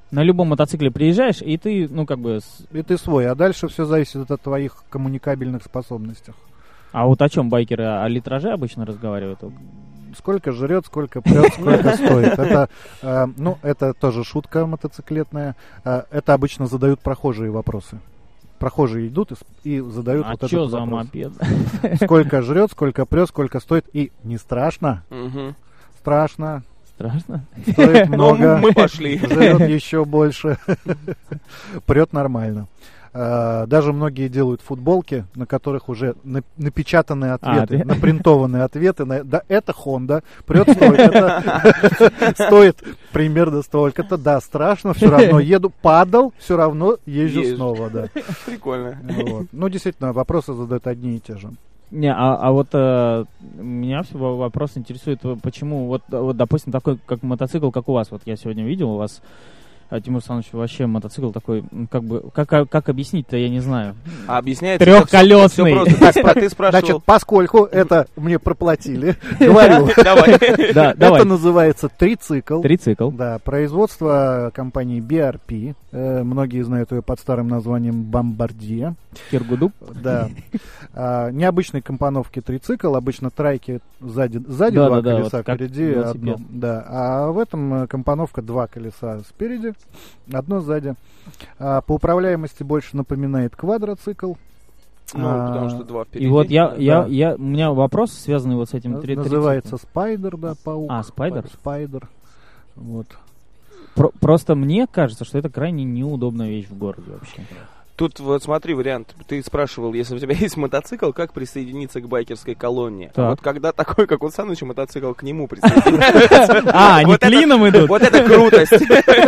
На любом мотоцикле приезжаешь, и ты, ну, как бы... с- И ты свой, а дальше все зависит от твоих коммуникабельных способностей. А вот о чем байкеры? О литраже обычно разговаривают? Сколько жрет, сколько прет, сколько стоит. Это, э, ну, это тоже шутка мотоциклетная. Э, это обычно задают прохожие вопросы. Прохожие идут и, с- и задают А вот что этот за вопрос. мопед? Сколько жрет, сколько прет, сколько стоит. И не страшно? Мгм. Страшно. Страшно? Стоит Ну, много. мы пошли. Жрет еще больше. Прет нормально. А, Даже многие делают футболки, на которых уже на- напечатаны ответы, ты- напринтованные ответы. на- Да, это Honda, прет столько-то, стоит примерно столько-то. Да, страшно, все равно еду. Падал, все равно езжу Езжу. снова, да. Прикольно. Вот. Ну, действительно, вопросы задают одни и те же. Не, а, а вот э, меня всего вопрос интересует, э, почему, вот, э, вот, допустим, такой, как мотоцикл, как у вас, вот я сегодня видел, у вас, э, Тимур Александрович, вообще мотоцикл такой, м, как бы, как, а- как объяснить-то, я не знаю. А объясняется... Трехколесный. Все просто. Ты спра- Ты спрашивал... Значит, поскольку это мне проплатили, говорю, Давай. Да, давай, это называется трицикл. трицикл. Да, производство компании би ар пи. Э, многие знают ее под старым названием Бомбардье. Киргуду. Да. А, необычной компоновки трицикл, обычно трайки сзади, сзади Да, два да, да, колеса, вот как впереди велосипед. одно. Да. А в этом э, компоновка два колеса спереди, одно сзади. А, по управляемости больше напоминает квадроцикл. Ну, А, потому что два впереди. И вот я, я, Да. я, у меня вопрос, связанный вот с этим три- Называется трициклом. Спайдер, да, паук. А, Спайдер? Спайдер. Вот. Про- просто мне кажется, что это крайне неудобная вещь в городе вообще. Тут вот смотри вариант. Ты спрашивал, если у тебя есть мотоцикл, как присоединиться к байкерской колонне? Так. Вот когда такой, как у Саныча, мотоцикл к нему присоединяется. А, они Вот это- клином идут? Вот это крутость.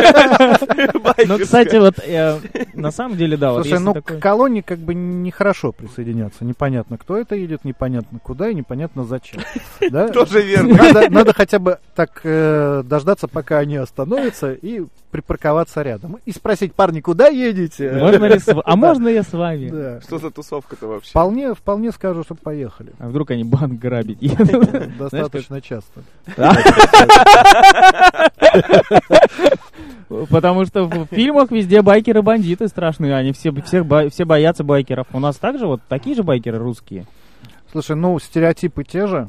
Ну, кстати, вот э, на самом деле, да, вот Слушай, если ну такой- к колонне как бы нехорошо присоединяться. Непонятно, кто это едет, непонятно куда и непонятно зачем. Да? Тоже верно. Надо, надо хотя бы так э, дождаться, пока они остановятся, и припарковаться рядом. И спросить: парни, куда едете? Можно ли с в- А можно я с вами? Да. Что за тусовка-то вообще? Вполне, вполне скажу, что поехали. А вдруг они банк грабить едут? Достаточно часто. Потому что в фильмах везде байкеры бандиты страшные, они все, всех бо- все боятся байкеров. У нас также вот такие же байкеры русские. Слушай, ну стереотипы те же.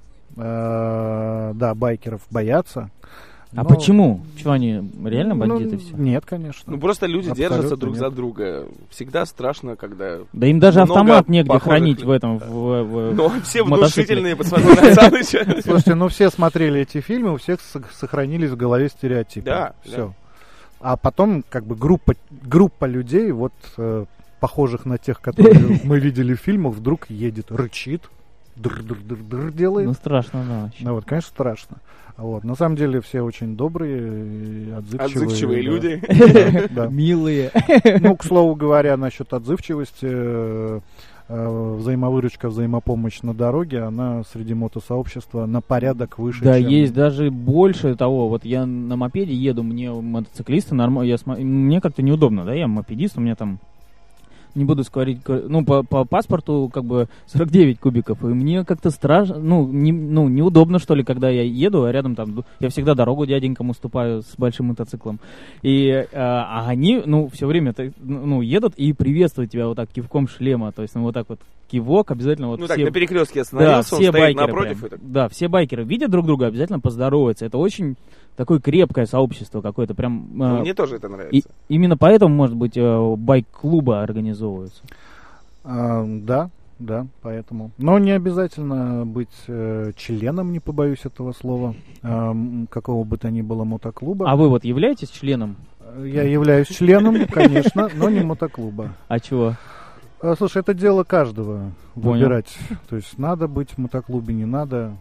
Э, Да, байкеров боятся. А Но- почему? Чего они реально бандиты Ну, все? нет, конечно. Ну просто люди Абсолютно держатся друг нет. за друга. Всегда страшно, когда... Да им даже много автомат негде похожих хранить людей. в этом. в- в- Но все в мотоцикле. внушительные, посмотри на Саныча. Слушайте, ну все смотрели эти фильмы, у всех со- сохранились в голове стереотипы. Да, Все. да. А потом, как бы, группа, группа людей, вот э, похожих на тех, которые мы видели в фильмах, вдруг едет, рычит, др-др-др-др делает. Ну страшно, да. вообще. Ну вот, конечно, страшно. Вот. На самом деле все очень добрые, и отзывчивые. Отзывчивые да. люди. Да, да. Милые. Ну, к слову говоря, насчет отзывчивости, э, э, взаимовыручка, взаимопомощь на дороге, она среди мотосообщества на порядок выше, Да, чем... есть даже больше того. Вот я на мопеде еду, мне мотоциклисты нормально, я смо- мне как-то неудобно, да, я мопедист, у меня там, не буду говорить, ко- ну, по, по паспорту как бы сорок девять кубиков, и мне как-то страшно, ну, не, ну, неудобно, что ли, когда я еду, а рядом там, ду- я всегда дорогу дяденькам уступаю с большим мотоциклом, и, э, а они, ну, все время, так, ну, едут и приветствуют тебя вот так кивком шлема, то есть, ну, вот так вот, кивок обязательно вот Ну все... так, на перекрестке Да, остановился, он все стоит байкеры напротив. прям. и так. Да, все байкеры видят друг друга, обязательно поздороваются. Это очень такое крепкое сообщество какое-то, прям. Ну, э, Мне тоже это и нравится. именно поэтому, может быть, э, байк-клубы организовываются. А, да, да, поэтому. Но не обязательно быть э, членом, не побоюсь этого слова, а, м, какого бы то ни было мотоклуба. А вы вот являетесь членом? Я являюсь членом, конечно, но не мотоклуба. А чего? А, слушай, это дело каждого Понял. выбирать. То есть надо быть в мотоклубе, не надо.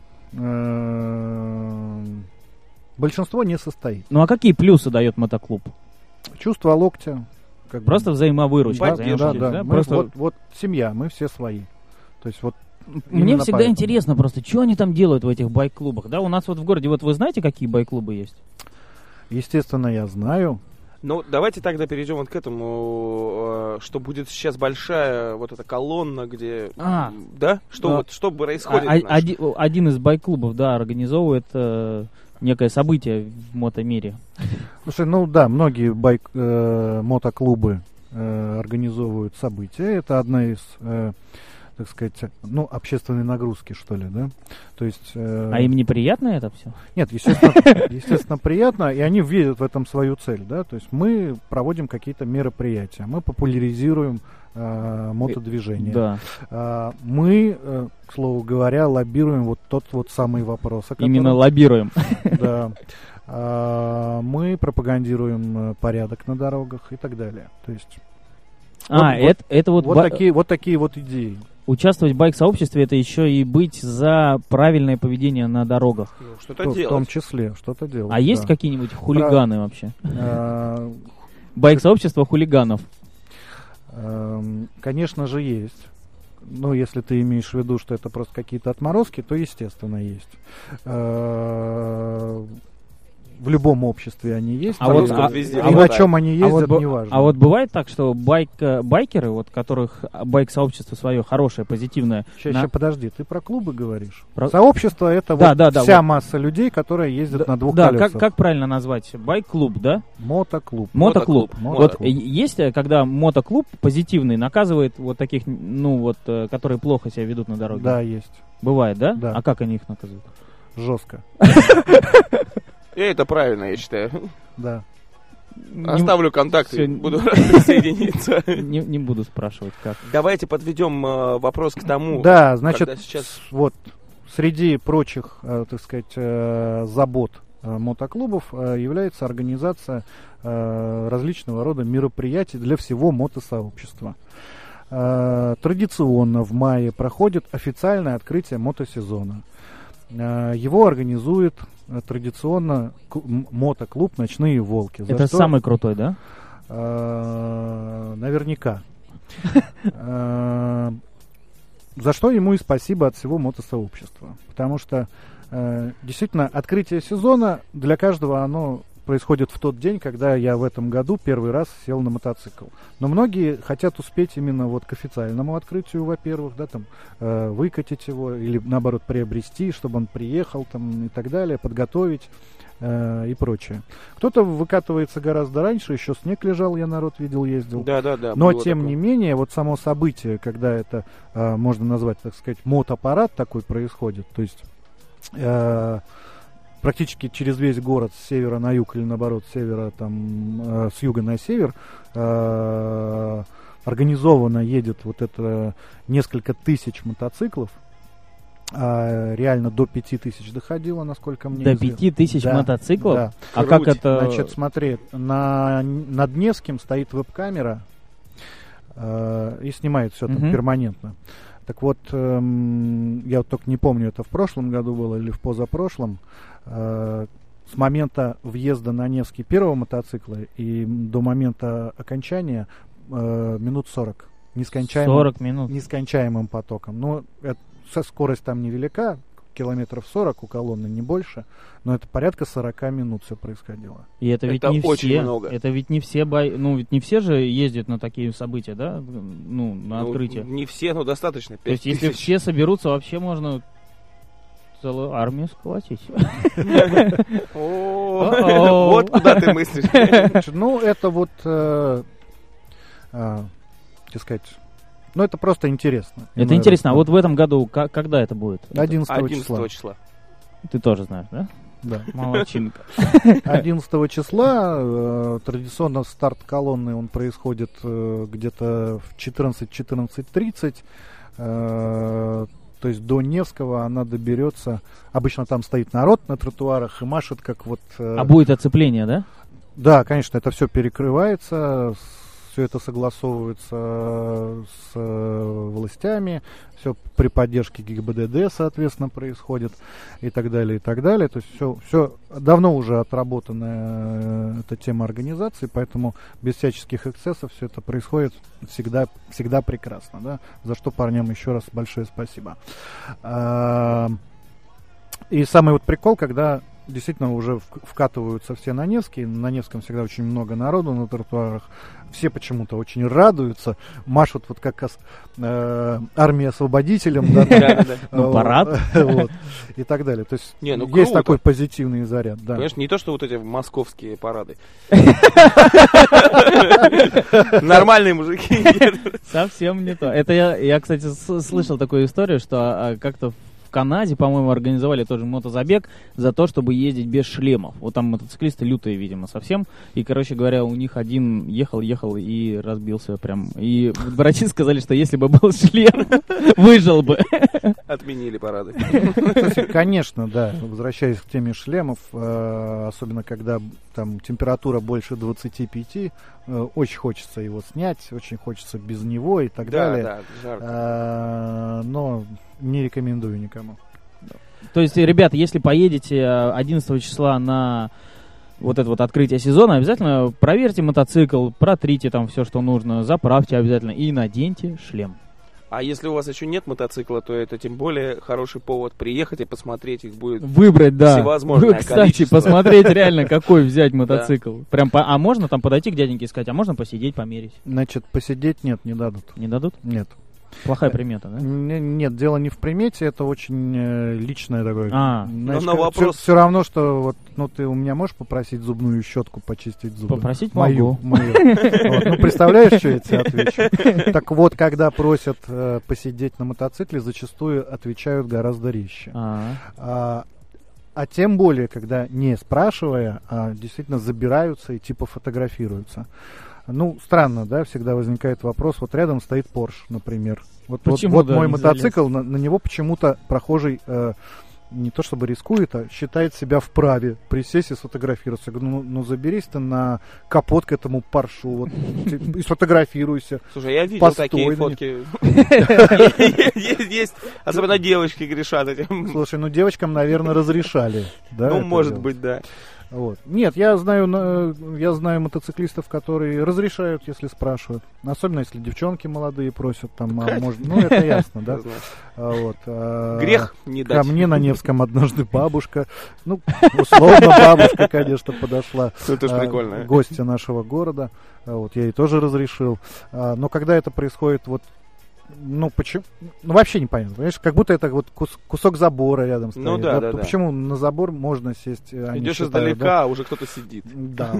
Эм, Большинство не состоит. Ну а какие плюсы дает мотоклуб? Чувство локтя. как бы. Просто взаимовыручка. Да, поддержка, да, да. да? Мы Просто вот, вот семья, мы все свои. То есть вот мне именно всегда поэтому. интересно просто, что они там делают в этих байк-клубах. Да, у нас вот в городе, вот вы знаете, какие байк-клубы есть? Естественно, я знаю. Ну, давайте тогда перейдем вот к этому, э, что будет сейчас большая вот эта колонна, где... А. Да? Что Да. вот, что происходит? А- наш? оди- один из байк-клубов, да, организовывает э, некое событие в мотомире. Слушай, ну да, многие байк, э, мотоклубы э, организовывают события. Это одна из, э, так сказать, ну, общественной нагрузки, что ли, да? То есть... Э, А им неприятно это все? Нет, естественно, естественно, приятно, и они видят в этом свою цель, да? То есть мы проводим какие-то мероприятия, мы популяризируем э, мотодвижение. Да. А, мы, э, к слову говоря, лоббируем вот тот вот самый вопрос. о котором- Именно лоббируем. Да. А, мы пропагандируем э, порядок на дорогах и так далее. То есть А, вот- это, это вот, вот ба- такие вот такие вот идеи. участвовать в байк-сообществе, это еще и быть за правильное поведение на дорогах. Что-то В- в том делать. числе что-то делать. А есть да. какие-нибудь хулиганы вообще? А, Байк-сообщество хулиганов. эм, Конечно же, есть. Ну, если ты имеешь в виду, что это просто какие-то отморозки, то, естественно, есть. Э, В любом обществе они есть. А вот- и а- везде и а на хватает. чем они А вот, ездят, бу- неважно. а вот бывает так, что байк, э, байкеры, вот которых байк-сообщество свое хорошее, позитивное, Ща, на- ща, подожди, ты про клубы говоришь? Про- Сообщество — это Да, вот да, да, вся вот. масса людей, которые ездят да, на двух да, колесах. как, как правильно назвать? Байк-клуб, да? Мотоклуб. Мотоклуб. Мотоклуб. Вот Мотоклуб. э, есть, э, когда мотоклуб позитивный наказывает вот таких, ну вот, э, которые плохо себя ведут на дороге? Да, есть. Бывает, да? Да. А как они их наказывают? Жестко. И это правильно, я считаю. Да. Не- Оставлю контакты, всё, буду рад присоединиться. Не, не буду спрашивать, как. Давайте подведем э, вопрос к тому, Да, значит, когда сейчас... с- вот среди прочих, э, так сказать, э, забот э, мотоклубов э, является организация э, различного рода мероприятий для всего мотосообщества. Э, Традиционно в мае проходит официальное открытие мотосезона. Э, Его организует э, традиционно ку- м- мотоклуб «Ночные волки». За Это что- самый крутой, да? Э, Наверняка. Э, За что ему и спасибо от всего мотосообщества. Потому что э, действительно открытие сезона для каждого оно происходит в тот день, когда я в этом году первый раз сел на мотоцикл. Но многие хотят успеть именно вот к официальному открытию, во-первых, да, там, э, выкатить его или наоборот приобрести, чтобы он приехал там, и так далее, подготовить э, и прочее. Кто-то выкатывается гораздо раньше, еще снег лежал, я народ видел, ездил. Да, да, да. Но, было тем такое. не менее, вот само событие, когда это, э, можно назвать, так сказать, мотопарад такой происходит, то есть э, практически через весь город с севера на юг или наоборот с севера там, э, с юга на север э, организованно едет вот это несколько тысяч мотоциклов, а реально до пяти тысяч доходило, насколько мне До известно. пяти тысяч Да, мотоциклов? да. А как Круть. это... Значит, смотри, на, над Невским стоит веб-камера э, и снимает все там Мгм. перманентно. Так вот, эм, я вот только не помню, это в прошлом году было или в позапрошлом, э, с момента въезда на Невский первого мотоцикла и до момента окончания э, минут сорок. Нескончаемым, сорок минут. нескончаемым потоком. Ну, это, со- скорость там невелика, километров сорок у колонны, не больше, но это порядка сорока минут все происходило. И это ведь Это не очень все. много. Это ведь не все бай... Ну, ведь не все же ездят на такие события, да? Ну, на Ну, открытие. не все, но достаточно. То есть, если все соберутся, вообще можно целую армию сколотить. О-о. Вот куда ты мыслишь. Значит, ну, это вот, э, а, так сказать, ну, это просто интересно. Это интересно. А вот в этом году, ка- когда это будет? одиннадцатого одиннадцатого числа. числа. Ты тоже знаешь, да? Да. Молодчинка. одиннадцатого числа э, традиционно старт колонны он происходит э, где-то в четырнадцать-четырнадцать тридцать. Э, то есть до Невского она доберется. Обычно там стоит народ на тротуарах и машет, как вот. э, А будет оцепление, да? Да, конечно, это все перекрывается, все это согласовывается с э, властями, все при поддержке ГИБДД, соответственно, происходит и так далее, и так далее. То есть все, все давно уже отработанная э, эта тема организации, поэтому без всяческих эксцессов все это происходит всегда, всегда прекрасно, да, за что парням еще раз большое спасибо. А, и самый вот прикол, когда действительно уже в- вкатываются все на Невский. На Невском всегда очень много народу на тротуарах. Все почему-то очень радуются, машут вот как ос- э, армия освободителям, да, там, Да-да-да. Ну, э, парад. вот, и так далее. То есть Не, ну есть круто. такой позитивный заряд, да. Понимаешь, не то, что вот эти московские парады. Нормальные мужики. Совсем не то. Это я, я кстати, с- слышал такую историю, что а, как-то в Канаде, по-моему, организовали тоже мотозабег за то, чтобы ездить без шлемов. Вот там мотоциклисты лютые, видимо, совсем. И, короче говоря, у них один ехал, ехал и разбился прям. И врачи сказали, что если бы был шлем, выжил бы. Отменили парады. Слушай, конечно, да. Возвращаясь к теме шлемов, э, особенно когда там температура больше двадцати пяти, э, очень хочется его снять, очень хочется без него и так Да, далее. да, жарко. Э, но не рекомендую никому. То есть, ребята, если поедете э, одиннадцатого числа на вот это вот открытие сезона, обязательно проверьте мотоцикл, протрите там все, что нужно, заправьте обязательно и наденьте шлем. А если у вас еще нет мотоцикла, то это тем более хороший повод приехать и посмотреть. Их будет Выбрать, да. всевозможное Вы, кстати, количество. посмотреть реально, какой взять мотоцикл. Прям, по- а можно там подойти к дяденьке и сказать, а можно посидеть, померить? Значит, посидеть нет, не дадут. Не дадут? Нет. Плохая примета, да? Н- Нет, дело не в примете, это очень э, личное такое. А. Знаешь, Но на как- вопрос- Все, все равно, что вот, ну ты у меня можешь попросить зубную щетку почистить зубы? Попросить Мою, могу. мою. Вот, ну представляешь, что я тебе отвечу? Так вот, когда просят э, посидеть на мотоцикле, зачастую отвечают гораздо резче. А, А, а тем более, когда не спрашивая, а действительно забираются и типа фотографируются. Ну, странно, да, всегда возникает вопрос, вот рядом стоит Porsche, например. Вот, вот, Почему, вот да, мой не мотоцикл, на, на него почему-то прохожий э, не то чтобы рискует, а считает себя вправе присесть и сфотографироваться. Я говорю, ну, ну заберись ты на капот к этому Поршу вот, ты- и сфотографируйся. Слушай, я видел Постой, такие да не- фотки. Есть, есть. Особенно девочки грешат этим. Слушай, ну девочкам, наверное, разрешали. Да, Ну, это может делать. быть, да. Вот. Нет, я знаю, на- я знаю мотоциклистов, которые разрешают, если спрашивают. Особенно если девчонки молодые просят, там, а, Кать. может, ну это ясно, да. Знаешь. А, вот, а, Грех не Ко дать. мне на Невском однажды бабушка, ну, условно бабушка, конечно, подошла. Ну, это ж а, прикольно. Гостья нашего города. А, вот, я ей тоже разрешил. А, но когда это происходит вот ну, почему? Ну, вообще непонятно. Понимаешь, как будто это вот кус- кусок забора рядом стоит. Ну да, да, То да. почему на забор можно сесть? Они Идешь считают, издалека, да? а уже кто-то сидит. Да.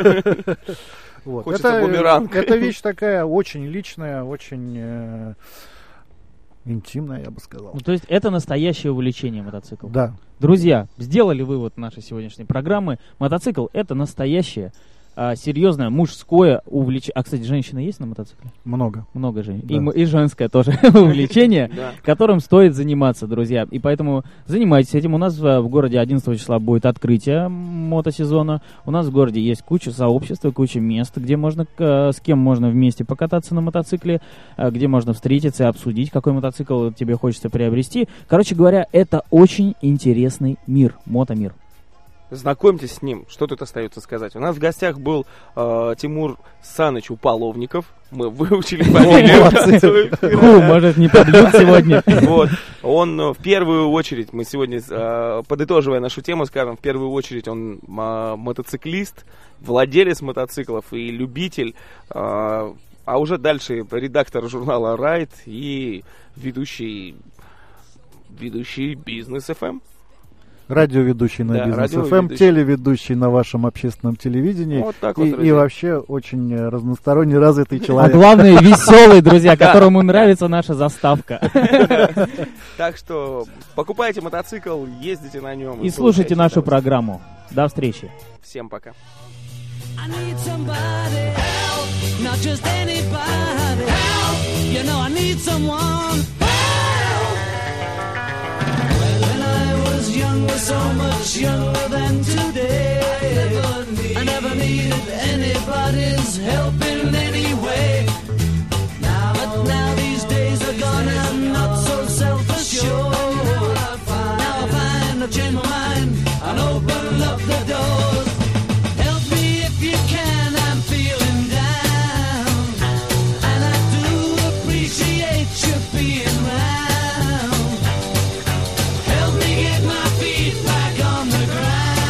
Вот. Хочется Это, бумеранг. это вещь такая очень личная, очень э, интимная, я бы сказал. ну, то есть это настоящее увлечение мотоциклом. Да. Друзья, сделали вывод нашей сегодняшней программы. Мотоцикл — это настоящее, а, серьезное мужское увлечение. А, кстати, женщины есть на мотоцикле? Много. Много женщин. Да. И, м- и женское тоже увлечение, Да. которым стоит заниматься, друзья. И поэтому занимайтесь этим. У нас в, в городе одиннадцатого числа будет открытие мотосезона. У нас в городе есть куча сообществ, куча мест, где можно, к- с кем можно вместе покататься на мотоцикле, а, где можно встретиться и обсудить, какой мотоцикл тебе хочется приобрести. Короче говоря, это очень интересный мир, мотомир. Знакомьтесь с ним. Что тут остается сказать? У нас в гостях был э, Тимур Саныч Уполовников. Мы выучили фамилию. Фу, может, не побьют сегодня. Вот. Он э, в первую очередь, мы сегодня, э, подытоживая нашу тему, скажем, в первую очередь он э, мотоциклист, владелец мотоциклов и любитель, э, а уже дальше редактор журнала Ride и ведущий, ведущий Бизнес эф эм. Радиоведущий на Да, Бизнес эф эм, радиоведущий. телеведущий на вашем общественном телевидении. Вот так и, вот, и друзья. вообще очень э, разносторонне развитый А человек. главное, веселый, друзья, которому нравится наша заставка. Так что покупайте мотоцикл, ездите на нем. И слушайте получайте нашу удовольствие. программу. До встречи. Всем пока. I need somebody help, not just anybody help. You know I need someone help. When I was younger, so much younger than today, I never needed anybody's help in any way. Now, but now these days are gone, I'm not so self-assured. Now I find I've changed my mind and open up the doors. Help me if you can, I'm feeling down, and I do appreciate you being round. Help me get my feet back on the ground.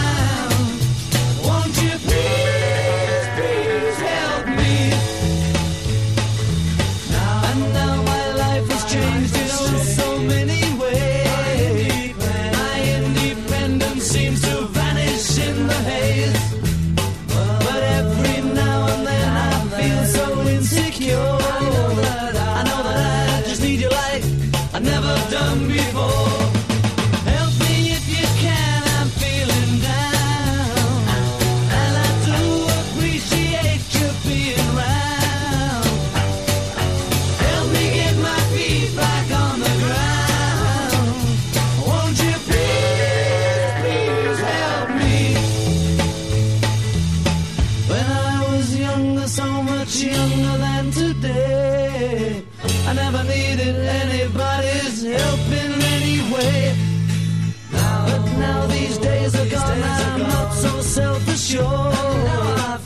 was younger, so much younger than today, I never needed anybody's help in any way. But now these days are gone, I'm not so self-assured.